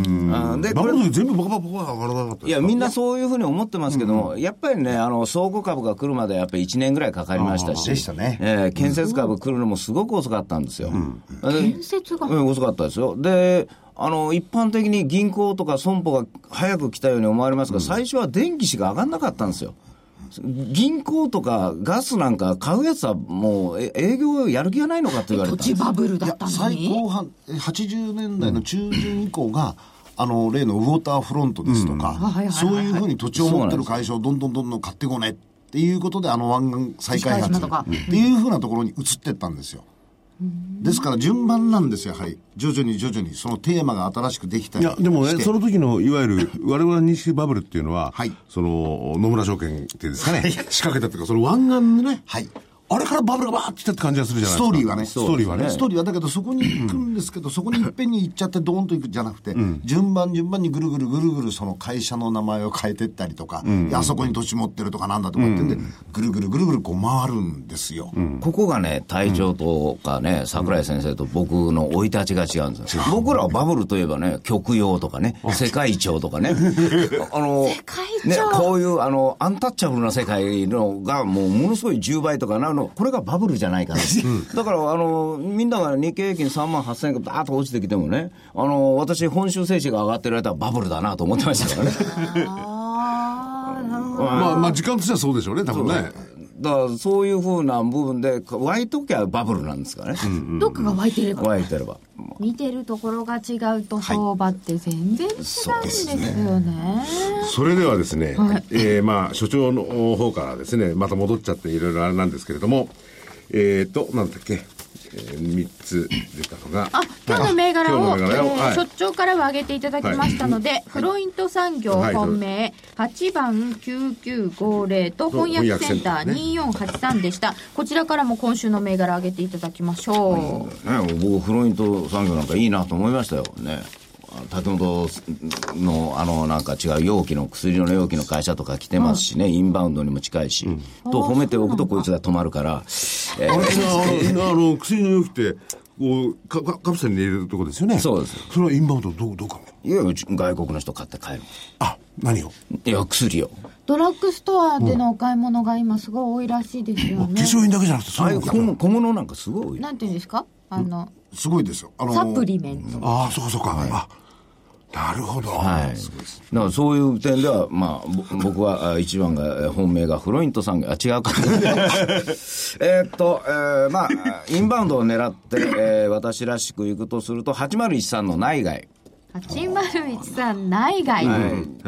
S7: でバブルの時全部バカバカバカ上がらなかったですか。
S5: いやみんなそういうふうに思ってますけども、うん、やっぱりね、あの相互株が来るまでやっぱりいちねんぐらいかかりましたし、
S6: でしたね。
S5: えー、建設株来るのもすごく遅かったんですよ。うん
S8: うん、建設が、
S5: うん、遅かったですよ。で、あの一般的に銀行とか損保が早く来たように思われますが、うん、最初は電気しか上がんなかったんですよ。銀行とかガスなんか買うやつはもう営業やる気がないのかって言われた。
S8: 土地バブルだったのに。
S6: 最後半はちじゅうねんだいの中旬以降が、うん、あの例のウォーターフロントですとか、うん、そういうふうに土地を持ってる会社をどんどんどんどん買ってこねっていうことで、あの湾岸再開発っていうふうなところに移っていったんですよ。ですから順番なんですよ。やはり徐々に徐々にそのテーマが新しくできたりして。
S7: いやでもね、その時のいわゆる我々の認識バブルっていうのは、はい、その野村証券っていうんですかね、仕掛けたっていうか、その湾岸のね、はい、あれからバブルがバーってきたって感じがするじゃないですか。
S6: ストーリーはね。
S7: ストーリーはね。
S6: ストーリーはだけどそこに行くんですけど、そこにいっぺんに行っちゃってドーンと行くんじゃなくて、うん、順番順番にぐるぐるぐるぐるその会社の名前を変えてったりとか、うん、あそこに土地持ってるとかなんだとかってんで、うん、ぐるぐるぐるぐるこう回るんですよ。
S5: うん、ここがね、隊長とかね、櫻井先生と僕の生い立ちが違うんですよ。うん、僕らはバブルといえばね、極洋とかね、世界長とかね、あの、
S8: 世界長
S5: ね、こういうあのアンタッチャブルな世界のがもうものすごいじゅうばいとかなの、これがバブルじゃないかな、うん、だからあのみんなが日経平均さんまんはっせんえんがバーッと落ちてきてもね、あの私本州製紙が上がってる間はバブルだなと思ってましたからね。
S8: ああ、なるほど。
S7: まあまあ時間としてはそうでしょうね、多分ね。
S5: だからそういうふうな部分で湧いときゃバブルなんですかね。
S8: うんうん、どっかが湧いてれば。
S5: 湧いてれば。
S8: 見てるところが違うと相場って全然違うんですよね。はい、そ, ね
S7: それではですね、はい、えー、まあ所長の方からですね、また戻っちゃっていろいろあれなんですけれども、えーとなんだっけ、えー、みっつ出たのが、
S8: あ、今日の銘柄を、
S7: はい、
S8: えー
S7: はい、
S8: 所長からは挙げていただきましたので、はい、フロイント産業本命、はい、はちばんきゅうきゅうごぜろと翻訳センターによんはちさんでした。こちらからも今週の銘柄挙げていただきましょう。
S5: ね、僕フロイント産業なんかいいなと思いましたよね。竹本のあのなんか違う容器の薬の容器の会社とか来てますしね、うん、インバウンドにも近いし、うん、と褒めておくとこいつが止まるから、え
S7: ー、あれあの薬の容器ってこうカカプセルに入れるとこですよね。
S5: そうです。
S7: それはインバウンドどうどうかも。
S5: いや外国の人買って帰る。
S7: あ、何を？
S5: いや薬を。
S8: ドラッグストアでのお買い物が今すごい多いらしいですよね。
S7: 化粧品だけじゃなくて
S5: そういう小, 小物なんかすごい多い。
S8: なんていうんですか、あの、
S6: うん、すごいですよ。あの
S8: サプリメント。
S7: ああ、そうかそうか。はい、あ、なるほど。
S5: はい。だからそういう点では、まあ、僕は一番が、本命がフロイント産業、あ、違うか。えっと、えー、まあ、インバウンドを狙って、えー、私らしくいくとすると、はちまるいちさんの内外。
S8: はちまるいちさん内外、はい、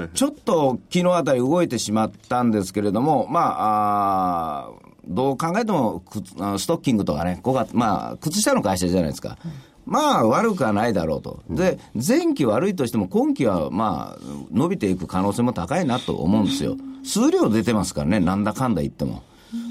S5: ちょっと昨日あたり動いてしまったんですけれども、まあ、あどう考えてもストッキングとかね、ごがつ、まあ、靴下の会社じゃないですか。うん、まあ悪くはないだろうと。で、前期悪いとしても今期はまあ伸びていく可能性も高いなと思うんですよ。数量出てますからね、なんだかんだ言っても。うん、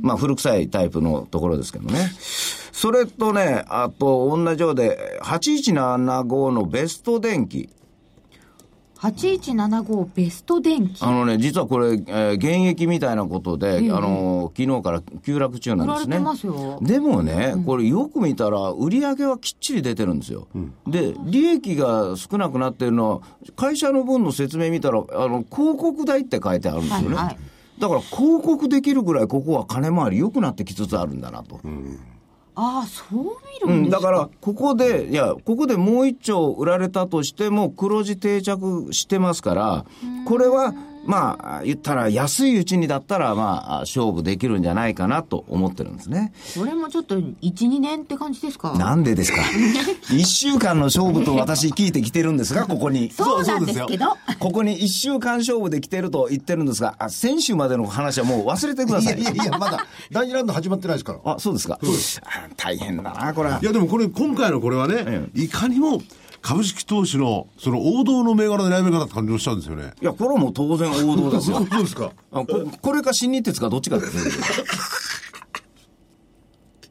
S5: まあ古臭いタイプのところですけどね。それとね、あと同じようではちいちななごのベスト電機。
S8: はちいちななごベスト電機。
S5: あのね、実はこれ、えー、現役みたいなことで、えー、あの昨日から急落中なんですね。
S8: 売られてますよ。
S5: でもね、うん、これよく見たら売り上げはきっちり出てるんですよ。うん、で、利益が少なくなってるのは会社の分の説明見たらあの広告代って書いてあるんですよね。はいはい、だから広告できるぐらいここは金回り良くなってきつつあるんだなと。うん、
S8: ああ、そう見るんですか。
S5: うん、だからここでいやここでもう一丁売られたとしても黒字定着してますから、これはまあ言ったら安いうちにだったらまあ勝負できるんじゃないかなと思ってるんですね。
S8: これもちょっと いちにねんって感じですか。
S5: なんでですか。いっしゅうかんの勝負と私聞いてきてるんですが、ここに
S8: そうなんですけど、
S5: ここにいっしゅうかん勝負で来てると言ってるんですが、あ、先週までの話はもう忘れてください。
S6: いやいやいや、まだだいにラウンド始まってないですから。
S5: あ、そうですか。そうです。あ、大変だなこれは。
S7: いやでもこれ今回のこれはね、うん、いかにも株式投資のその王道の銘柄の選び方って感じがしたんですよね。
S5: いや、これはもう当然王道ですよ。
S7: そうですか。
S5: あ、こ、これか新日鉄かどっちかです。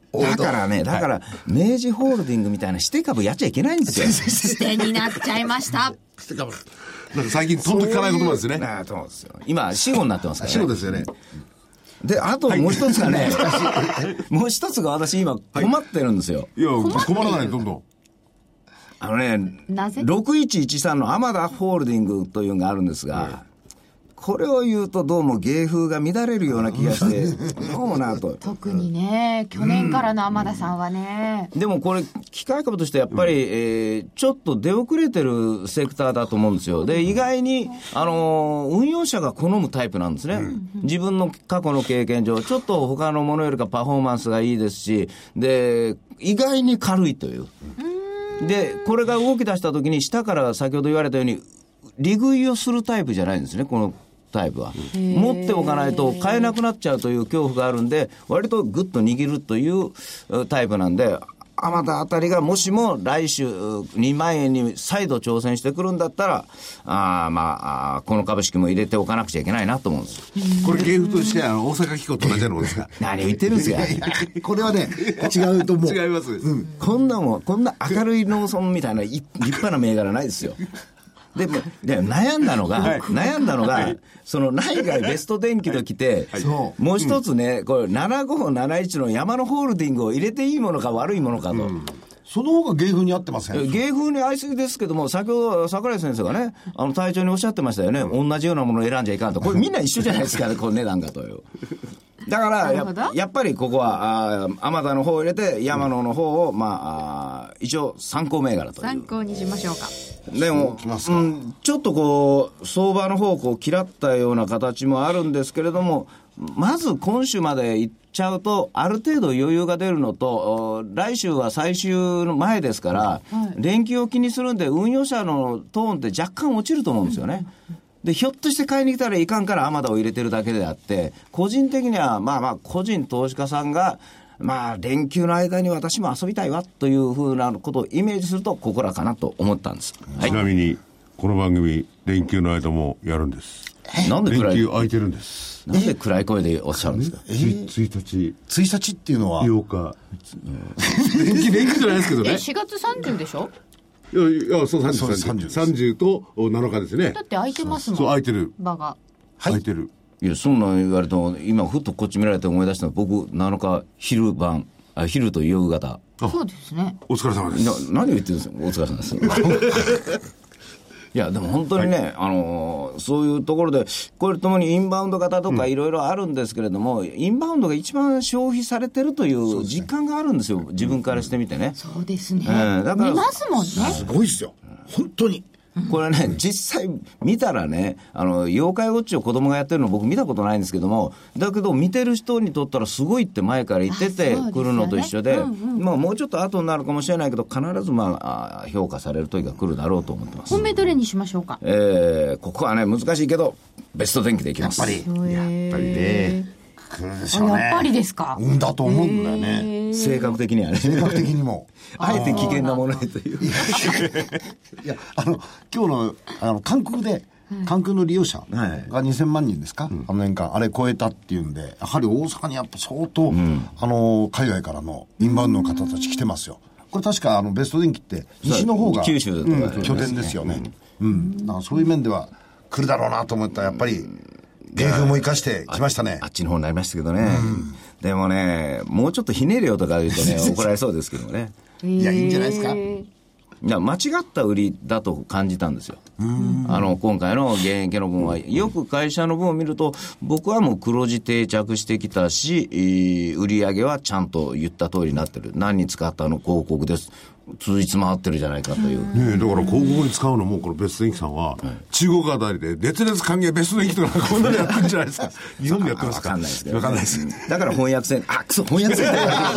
S5: だからね、だから、明治ホールディングみたいな指定株やっちゃいけないんですよ。
S8: 指定になっちゃいました。
S7: 指定株。なんか最近とんと聞かない言葉ですね。
S5: ああ、そうですよ。今、死語になってますからね。
S7: 死語ですよね。
S5: で、あともう一つがね、もう一つが私今困ってるんですよ。
S7: いや、困らない、どんどん。
S5: あのね、ろくいちいちさんのアマダホールディングというのがあるんですが、これを言うとどうも芸風が乱れるような気がしてどうもなと。
S8: 特にね、去年からの天田さんはね、
S5: うん、でもこれ機械株としてやっぱり、うん、えー、ちょっと出遅れてるセクターだと思うんですよ。で、意外にあの運用者が好むタイプなんですね、うん、自分の過去の経験上ちょっと他のものよりかパフォーマンスがいいですし、で意外に軽いという、うん、でこれが動き出した時に下から先ほど言われたように利食いをするタイプじゃないんですね、このタイプは。持っておかないと買えなくなっちゃうという恐怖があるんで、割とグッと握るというタイプなんで、あまたあたりがもしも来週にまんえんに再度挑戦してくるんだったら、あまあこの株式も入れておかなくちゃいけないなと思うんですよ。
S7: これ芸風としては大阪機構と同じのですか。
S5: 何を言ってるんですか。
S6: これはね違うと思う。
S7: 違います、うん、
S5: こんなもんこんな明るい農村みたいな立派な銘柄ないですよ。で, で悩んだのが、はい、悩んだのが、はい、その内外ベスト電機ときて、はい、もう一つね、うん、これななごなないちの山のホールディングを入れていいものか悪いものかと、うん、
S6: その方が芸風に合ってません。
S5: 芸風に合いすぎですけども、先ほど櫻井先生がね、あの隊長におっしゃってましたよね、うん、同じようなものを選んじゃいかんと。これみんな一緒じゃないですかね、この値段がという。だからや、やっぱりここは、あまだの方を入れて、山野の方を、まあ、一応参考銘柄という。
S8: 参考にしましょうか。
S5: でも、うん、ちょっとこう、相場の方をこう嫌ったような形もあるんですけれども、まず今週まで行っちゃうと、ある程度余裕が出るのと、来週は最終の前ですから、はい、連休を気にするんで、運用者のトーンって若干落ちると思うんですよね。でひょっとして買いに来たらいかんからアマダを入れてるだけであって、個人的にはまあまあ個人投資家さんがまあ連休の間に私も遊びたいわというふうなことをイメージするとここらかなと思ったんです、
S7: はい、ちなみにこの番組連休の間もやるんです。
S5: なんで暗い
S7: 連休空いてるんです。
S5: なんで暗い声でおっしゃるんですか。
S7: えー、ついたち
S6: ついたちっていうのは
S7: ようか連休連休じゃないですけどね。
S8: えしがつさんじゅうでしょ。
S7: いやいや、そう、さんじゅう、さんじゅう、さんじゅうとなのかですね。
S8: だって空いてますもん。
S7: そう、空いてる。
S8: 場が。
S7: 空いてる。
S5: いや、そんなん言われても、今、ふっとこっち見られて思い出したのは、僕、なのか、昼晩、あ、昼と夕方。
S8: そうですね。
S7: お疲れ様です。
S5: な何を言ってるんですか、お疲れ様です。いや、でも本当にね、はい、あのー、そういうところで、これともにインバウンド型とかいろいろあるんですけれども、うん、インバウンドが一番消費されてるという実感があるんですよ、自分からしてみてね。
S8: そうですね。えー、だから見ますもんね。
S6: すごいですよ。本当に。
S5: これね、実際見たらね、あの妖怪ウォッチを子供がやってるの僕見たことないんですけども、だけど見てる人にとったらすごいって前から言っててくるのと一緒で、うんうん、まあ、もうちょっと後になるかもしれないけど、必ずまあ評価される時が来るだろうと思ってます。
S8: 本命どれにしましょうか。
S5: えー、ここはね難しいけどベスト電機でいきます。
S6: やっぱりやっぱりね来るでしょうね。
S8: やっぱりですか。
S6: うんだと思うんだよね。
S5: 性格的にはね。
S6: 性格的にも。
S5: あえて危険なものへという。い
S6: や、あの、今日の、あの、関空で、関空の利用者がにせんまんにんですか、はい、あの年間、あれ超えたっていうんで、やはり大阪にやっぱ相当、うん、あの、海外からのインバウンドの方たち来てますよ。これ確か、あの、ベスト電機って、西の方が、
S5: 九州だとか、
S6: うん、拠点ですよね。うん。うん、だからそういう面では、来るだろうなと思ったら、やっぱり、芸風も生かしてきましたね。
S5: あっちの方になりましたけどね、うん、でもねもうちょっとひねれよとか言うとね怒られそうですけどね。
S6: いやいいんじゃないですか。
S5: いや間違った売りだと感じたんですよ。あの今回の現役の分はよく会社の分を見ると僕はもう黒字定着してきたし、売り上げはちゃんと言った通りになってる。何に使ったの広告です通じ回ってるじゃないかという、
S7: ね、だから広告に使うのもこのベスト電機さんは、はい、中国あたりで熱烈歓迎ベスト電機とかこんなのやってるんじゃないですか。日本でやってますか。
S5: 分かんないですけど、
S7: 分かんないです。
S5: だから翻訳船あくそ翻訳船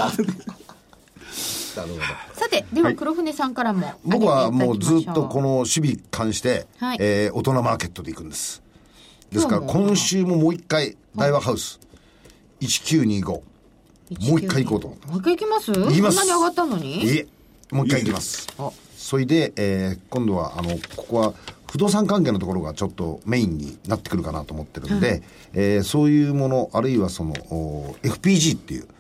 S8: さてでは黒船さんからも、はい、
S6: 僕はもうずっとこの守備に関して、はい、えー、大人マーケットで行くんです。ですから今週ももう一回大和ハウス、はい、いちきゅうにごもう一回行こうと思ってます。
S8: もう一回行きます。
S6: 行きます。
S8: そんなに上がったのに。
S6: いえもう一回行きます。それで、えー、今度はあのここは不動産関係のところがちょっとメインになってくるかなと思ってるんで、はい、えー、そういうものあるいはその エフピージー っていう、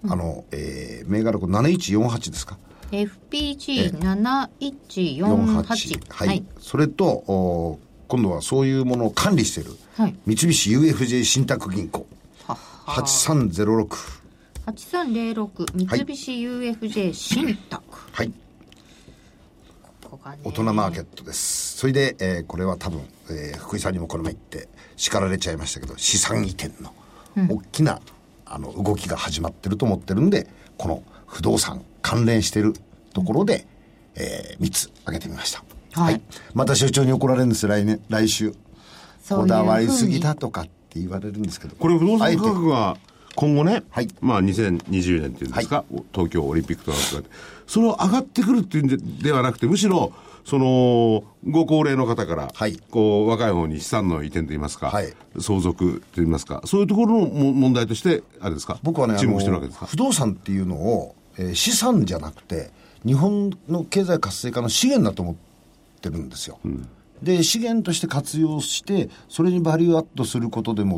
S6: あの、えー、銘柄なないちよんはちですか。
S8: エフピージーなないちよんはち。
S6: はい。はい、それと、お今度はそういうものを管理している、はい、三菱 ユーエフジェー 信託銀行。はははちさんゼロろく。
S8: はちさんゼロろく、三菱 ユーエフジェー 信託。
S6: はい。ここがね、大人マーケットです。それで、えー、これは多分、えー、福井さんにもこの前言って叱られちゃいましたけど、資産移転の大きな、うん、あの動きが始まってると思ってるんで、この不動産関連してるところで、えー、みっつ挙げてみました。はい。はい、また所長に怒られるんです、来年、来週。こだわりすぎたとかって言われるんですけど。
S7: これ不動産価格が今後ね、はい、まあにせんにじゅうねんっていうんですか、はい、東京オリンピックとかって、それを上がってくるっていうんではなくて、むしろ、その、ご高齢の方から、はい、こう、若い方に資産の移転といいますか、はい、相続といいますか、そういうところのも問題として、あれですか、
S6: 僕はね、
S7: 注目してるわけですか。
S6: 不動産っていうのを、えー、資産じゃなくて、日本の経済活性化の資源だと思ってるんですよ。うん、で、資源として活用して、それにバリューアップすることでもって、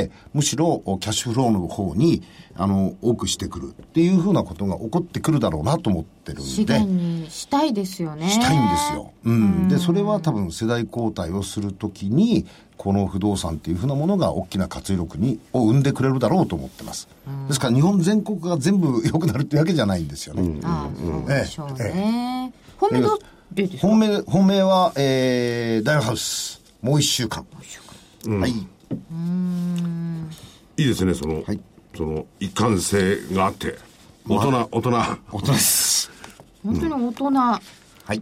S6: むしろキャッシュフローの方に、あの、多くしてくるっていうふうなことが起こってくるだろうなと思ってるんで。
S8: 資源にしたいですよね。
S6: したいんですよ。うん。うん、で、それは多分世代交代をするときに、この不動産っていうふうなものが大きな活力にを生んでくれるだろうと思ってます。ですから日本全国が全部良くなるっていうわけじゃないんですよね。うん、ああ、そうでしょうね。
S8: 本命どれですか？
S6: 本命、本命は、えー、大和ハウス。もう一週間。もう一週間。うん、はい。うー
S7: ん。いいですね、その、はい、その、一貫性があって、大人、まあ、大人。
S6: 大人です。
S8: 本当に大人。うん、はい。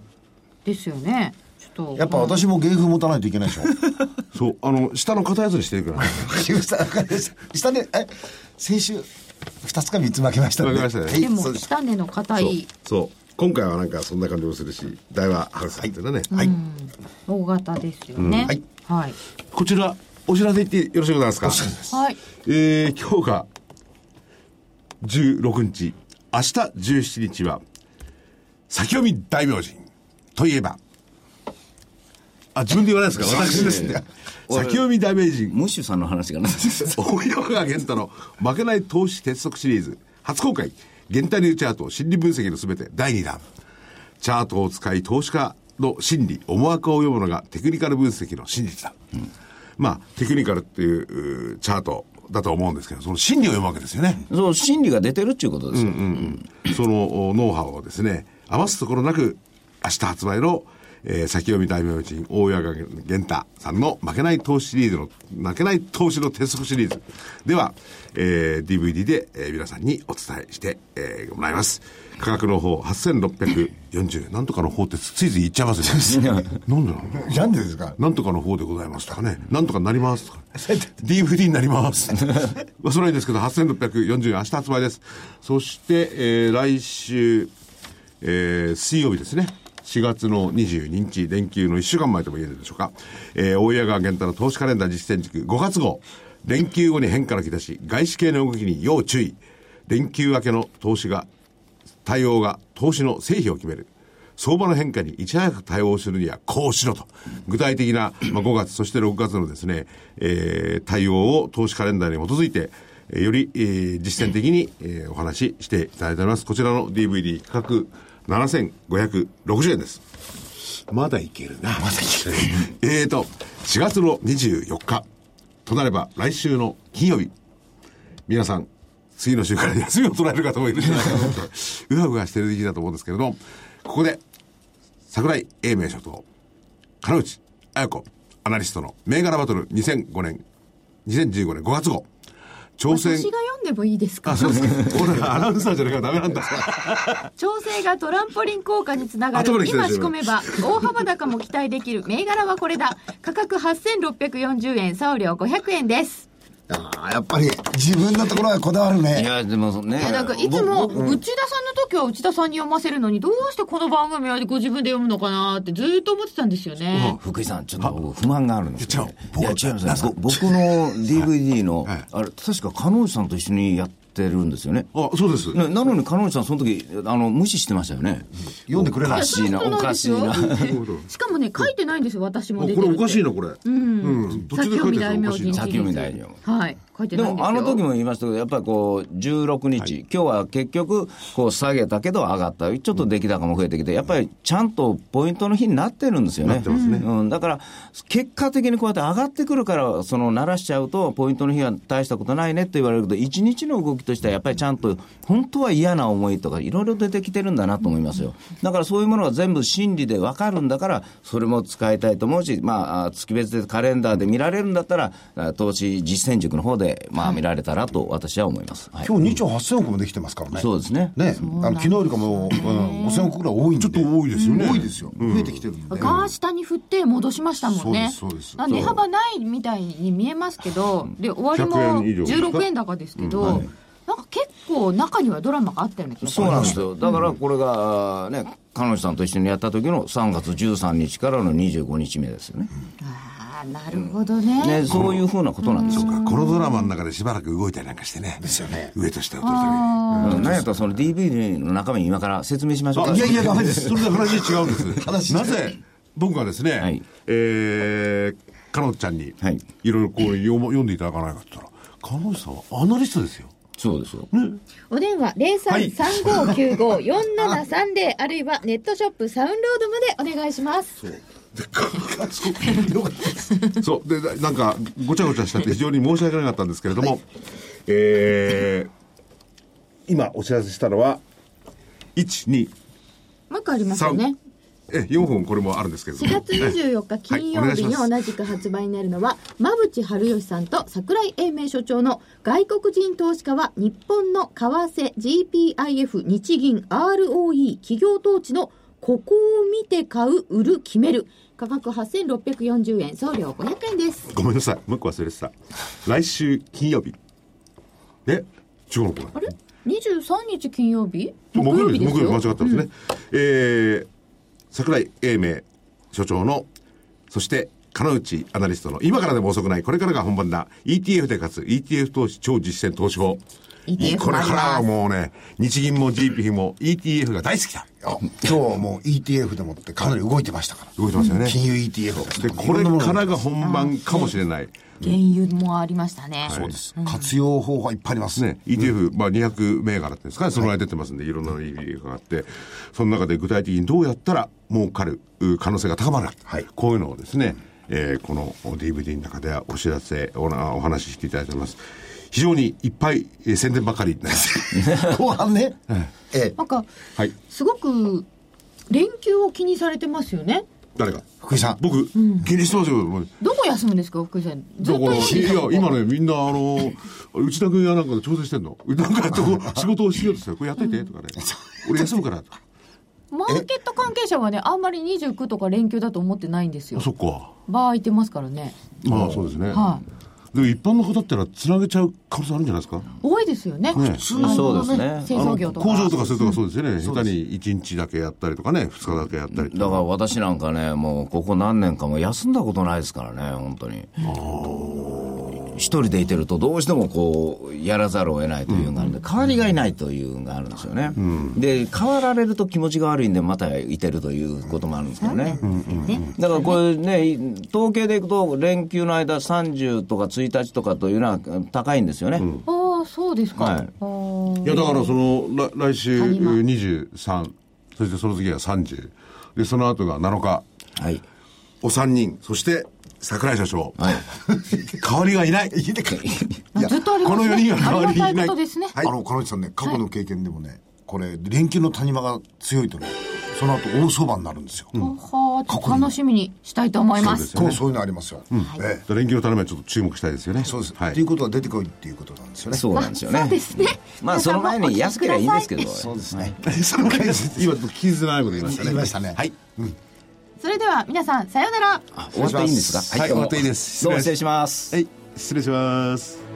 S8: ですよね。
S6: やっぱ私も芸風持たないといけないでしょ。
S7: そう、あの、下の硬いやつにしてるから、ね。
S6: 下で、え、先週、二つか三つ負けましたね。
S7: 負けましたね。はい、
S8: でも、下根の硬い。
S7: そう。そう今回はなんかそんな感じもするし、大和ハウスっていうのね。はい。
S8: 大型ですよね。うん、はい。はい。
S7: こちら、お知らせ言ってよろしいございますか？
S8: はい。
S7: えー、今日がじゅうろくにち、明日じゅうしちにちは、先読み大明神といえば、あ、自分で言わないですか？私ですね。先読み大名人。
S5: ムッシュさんの話がな
S7: 大岩川源太の負けない投資鉄則シリーズ、初公開、源太流チャート、心理分析のすべて、だいにだん。チャートを使い、投資家の心理、思惑を読むのがテクニカル分析の真実だ。うん、まあ、テクニカルっていうチャートだと思うんですけど、その心理を読むわけですよね。
S5: そう、心理が出てるっていうことですよ。うんうん
S7: うん、そのノウハウをですね、余すところなく、明日発売のえー、先読み大名人大岩川源太さんの負けない投資シリーズの負けない投資の鉄則シリーズでは、えー、ディーブイディー で、えー、皆さんにお伝えして、えー、もらいます。価格の方はっせんろっぴゃくよんじゅうえんなんとかの方ってついつい言っちゃいますね。なんでなの？
S6: なんでですか？
S7: なんとかの方でございますとかね、なんとかになりますとかディーブイディー になりますそれはいいですけどはっせんろっぴゃくよんじゅうえん明日発売です。そして、えー、来週、えー、水曜日ですね、しがつのにじゅうににち、連休のいっしゅうかんまえとも言えるでしょうか。えー、大岩川源太の投資カレンダー実践塾ごがつ号。連休後に変化の兆し、外資系の動きに要注意。連休明けの投資が、対応が投資の成否を決める。相場の変化にいち早く対応するにはこうしろと。具体的な、まあ、ごがつ、そしてろくがつのですね、えー、対応を投資カレンダーに基づいて、えー、より、えー、実践的に、えー、お話ししていただいております。こちらの ディーブイディー 価格、ななせんごひゃくろくじゅうえんです。まだいけるな。まだいける。えーと、しがつのにじゅうよっかとなれば来週の金曜日。皆さん、次の週から休みを取られる方もいるんじゃないかと思って、うわうわしてる時期だと思うんですけれど、ここで、桜井英明所と、金内彩子アナリストの銘柄バトルにせんごねん、にせんじゅうごねんごがつ号。
S8: 挑戦。私が読んでもいいですか？
S7: あ、そうですか。俺アナウンサーじゃなきゃダメなんだ。
S8: 調整がトランポリン効果につながる。今仕込めば大幅高も期待できる銘柄はこれだ。価格はっせんろっぴゃくよんじゅうえん、送料ごひゃくえんです。
S6: ああ、やっぱり自分のところはこだわるね。
S5: いや、でもね。いや、
S8: なんかいつも内田さんの時は内田さんに読ませるのに、どうしてこの番組はご自分で読むのかなってずっと思ってたんですよね。
S5: 福井さん、ちょっと不満があるんですよ、ね。いや、違いますね。僕の ディーブイディー の、はい、あれ、確か加納さんと一緒にやってってるんですよね。
S7: あ、そうです。
S5: な, なのに彼女さんその時あの無視してましたよね。
S6: 読んでくれない。
S5: おかしいな、おかしいな。
S8: しかもね、書いてないんですよ、私も出てるって。
S7: これおかしいな、これ。うん。うん。
S8: 途中で書いてるのおかしいな。
S5: 先読み大名。
S8: はい。書いてないんですよ。
S5: でもあの時も言いましたけど、やっぱりこうじゅうろくにち、はい、今日は結局こう下げたけど上がった、ちょっと出来高も増えてきて、やっぱりちゃんとポイントの日になってるんですよね。なってますね。うん、だから結果的にこうやって上がってくるから、その鳴らしちゃうとポイントの日は大したことないねって言われるけど、いちにちの動きとしてはやっぱりちゃんと本当は嫌な思いとかいろいろ出てきてるんだなと思いますよ。だからそういうものが全部心理で分かるんだから、それも使いたいと思うし、まあ月別でカレンダーで見られるんだったら、投資実践塾の方でまあ見られたらと私は思います。
S6: はい、今日にちょうはっせんおくもできてますからね。
S5: そうですね。
S6: ね、あの昨日よりかも、うん、ごせんおくぐらい多いんで。
S7: ちょっと多いですよね。
S6: 多いですよ。増えてきてるんで。
S8: ガー下に振って戻しましたもんね。
S6: そうです、
S8: そうです。値幅ないみたいに見えますけど、で終わりもじゅうろくえん高ですけど、うん、はい、なんか結構中にはドラマがあったような気がします。
S5: そうなんですよ。だからこれがね、彼女さんと一緒にやった時のさんがつじゅうさんにちからのにじゅうごにちめですよね。
S8: うん、ああ、なるほどね。
S5: ね、そういうふうなことなんですよ。
S7: そうか、このドラマの中でしばらく動いたりなんかしてね。ですよね。上と下を取るため
S5: に。何やったらその ディーブイディー の中身今から説明しましょうか。
S7: いやいや、ダメです。それで話違うんです。話なぜ僕がですね、はい、えー、かのちゃんにいろいろこう読んでいただかないかって言ったら、かのちさんはアナリストですよ。
S5: そうですよ、
S8: ね、お電話 ゼロさん さんごきゅうご よんななさんゼロ あるいはネットショップサウンロードまでお願いします。
S7: そうでそうでなんかごちゃごちゃしたって非常に申し訳なかったんですけれども、はい、えー、今お知らせしたのはいち、に
S8: もう一個ありますよね。
S7: えよんほんこれもあるんですけれども、
S8: しがつにじゅうよっか金曜日に同じく発売になるのは、馬淵春吉さんと櫻井英明所長の外国人投資家は日本の為替 ジーピーアイエフ 日銀 アールオーイー 企業統治のここを見て買う売る決める、価格はっせんろっぴゃくよんじゅうえん、送料ごひゃくえんです。
S7: ごめんなさい、もう一個忘れてた。来週金曜日え違うのこれ
S8: あれにじゅうさんにち金曜日
S7: 木曜日ですよ。木曜日間違ったんですね、うん、えー櫻井英明所長の、そして金内アナリストの、今からでも遅くない、これからが本番だ イーティーエフ で勝つ イーティーエフ 投資超実践投資法。これからはもうね、日銀も ジーピー も イーティーエフ が大好きだ。
S6: 今日はもう イーティーエフ でもってかなり動いてましたから。
S7: 動いてましたよね。
S6: 金融 イーティーエフ です。
S7: で、これからが本番かもしれない。
S8: 原油もありましたね、
S6: はい、そうです、うん、活用方法はいっぱいありますね。
S7: イーティーエフ、うん、まあ、にひゃく銘柄っていうんですかね、その間出てますんで、はい、いろんな イーティーエフ があって、その中で具体的にどうやったら儲かる可能性が高まる、はい、こういうのをですね、えー、この ディーブイディー の中ではお知らせ お, お話ししていただいております。非常にいっぱい、えー、宣伝ばかりなんです
S6: 後半ね、
S8: ええ、なんか、はい、すごく連休を気にされてますよね。
S7: 誰が？
S6: 福井さん。
S7: 僕、うん、気にしてますよ。
S8: どこ休むんですか、福井さん。ずっと
S7: いや、今ね、みんな、あの、内田君やなんかで調整してんの。なんかやってこう、仕事をしようとしてこれやっといて、とかね。うん、俺休むから、とか。
S8: マーケット関係者はね、あんまりにじゅうくとか連休だと思ってないんですよ。
S7: そっか。
S8: 場空いてますからね。
S7: まあ、そうですね。はい、
S8: あ。
S7: でも一般の方ってのはつなげちゃう可能性あるんじゃないですか。
S8: 多いですよね。
S7: ね、
S5: 普通のそうですね。
S8: 製造業とか
S7: 工場とかそういうとかそうですよね。下手にいちにちだけやったりとかね、ふつかだけやったりとか。
S5: だから私なんかね、もうここ何年かも休んだことないですからね、本当に。一人でいてるとどうしてもこうやらざるを得ないというのがあるんで、代わりがいないというのがあるんですよね、うん、で変わられると気持ちが悪いんでまたいてるということもあるんですけどね、うんうん、だからこれね、統計でいくと連休の間さんじゅうとかついたちとかというのは高いんですよね、うん、
S8: ああそうですか、はい、
S7: いやだからその来週にじゅうさん、そしてその次がさんじゅうで、その後がなのか、はい、おさんにん、そして櫻井社長、はい、代わりがいない。い
S8: やずっとありますね。
S7: このよにんが代わりがいない。
S8: ことですね。
S6: はい、あの金内さんね、過去の経験でもね、はい、これ連休の谷間が強いとね、その後大相場になるんですよ。うん、
S8: はあ、楽しみにしたいと思います。
S6: そうですよね。そういうのありますよ。うん、
S7: はいええ、連休の谷間はちょっと注目したいですよね。
S6: そうです。はい。ということは出てこいっていうことなんですよね。
S5: そうなんですよね。
S8: そうですね。
S5: まあその前に安ければいいんですけど。
S6: そうですね。
S7: その前に今ちょっと聞きづらいこと言いましたね。
S6: 言いましたね。
S7: はい。うん。
S8: それでは皆さんさようなら。
S5: 終わっていいんですか。
S7: はい、終わっていいです。
S5: どうも失礼します。
S7: はい、失礼します。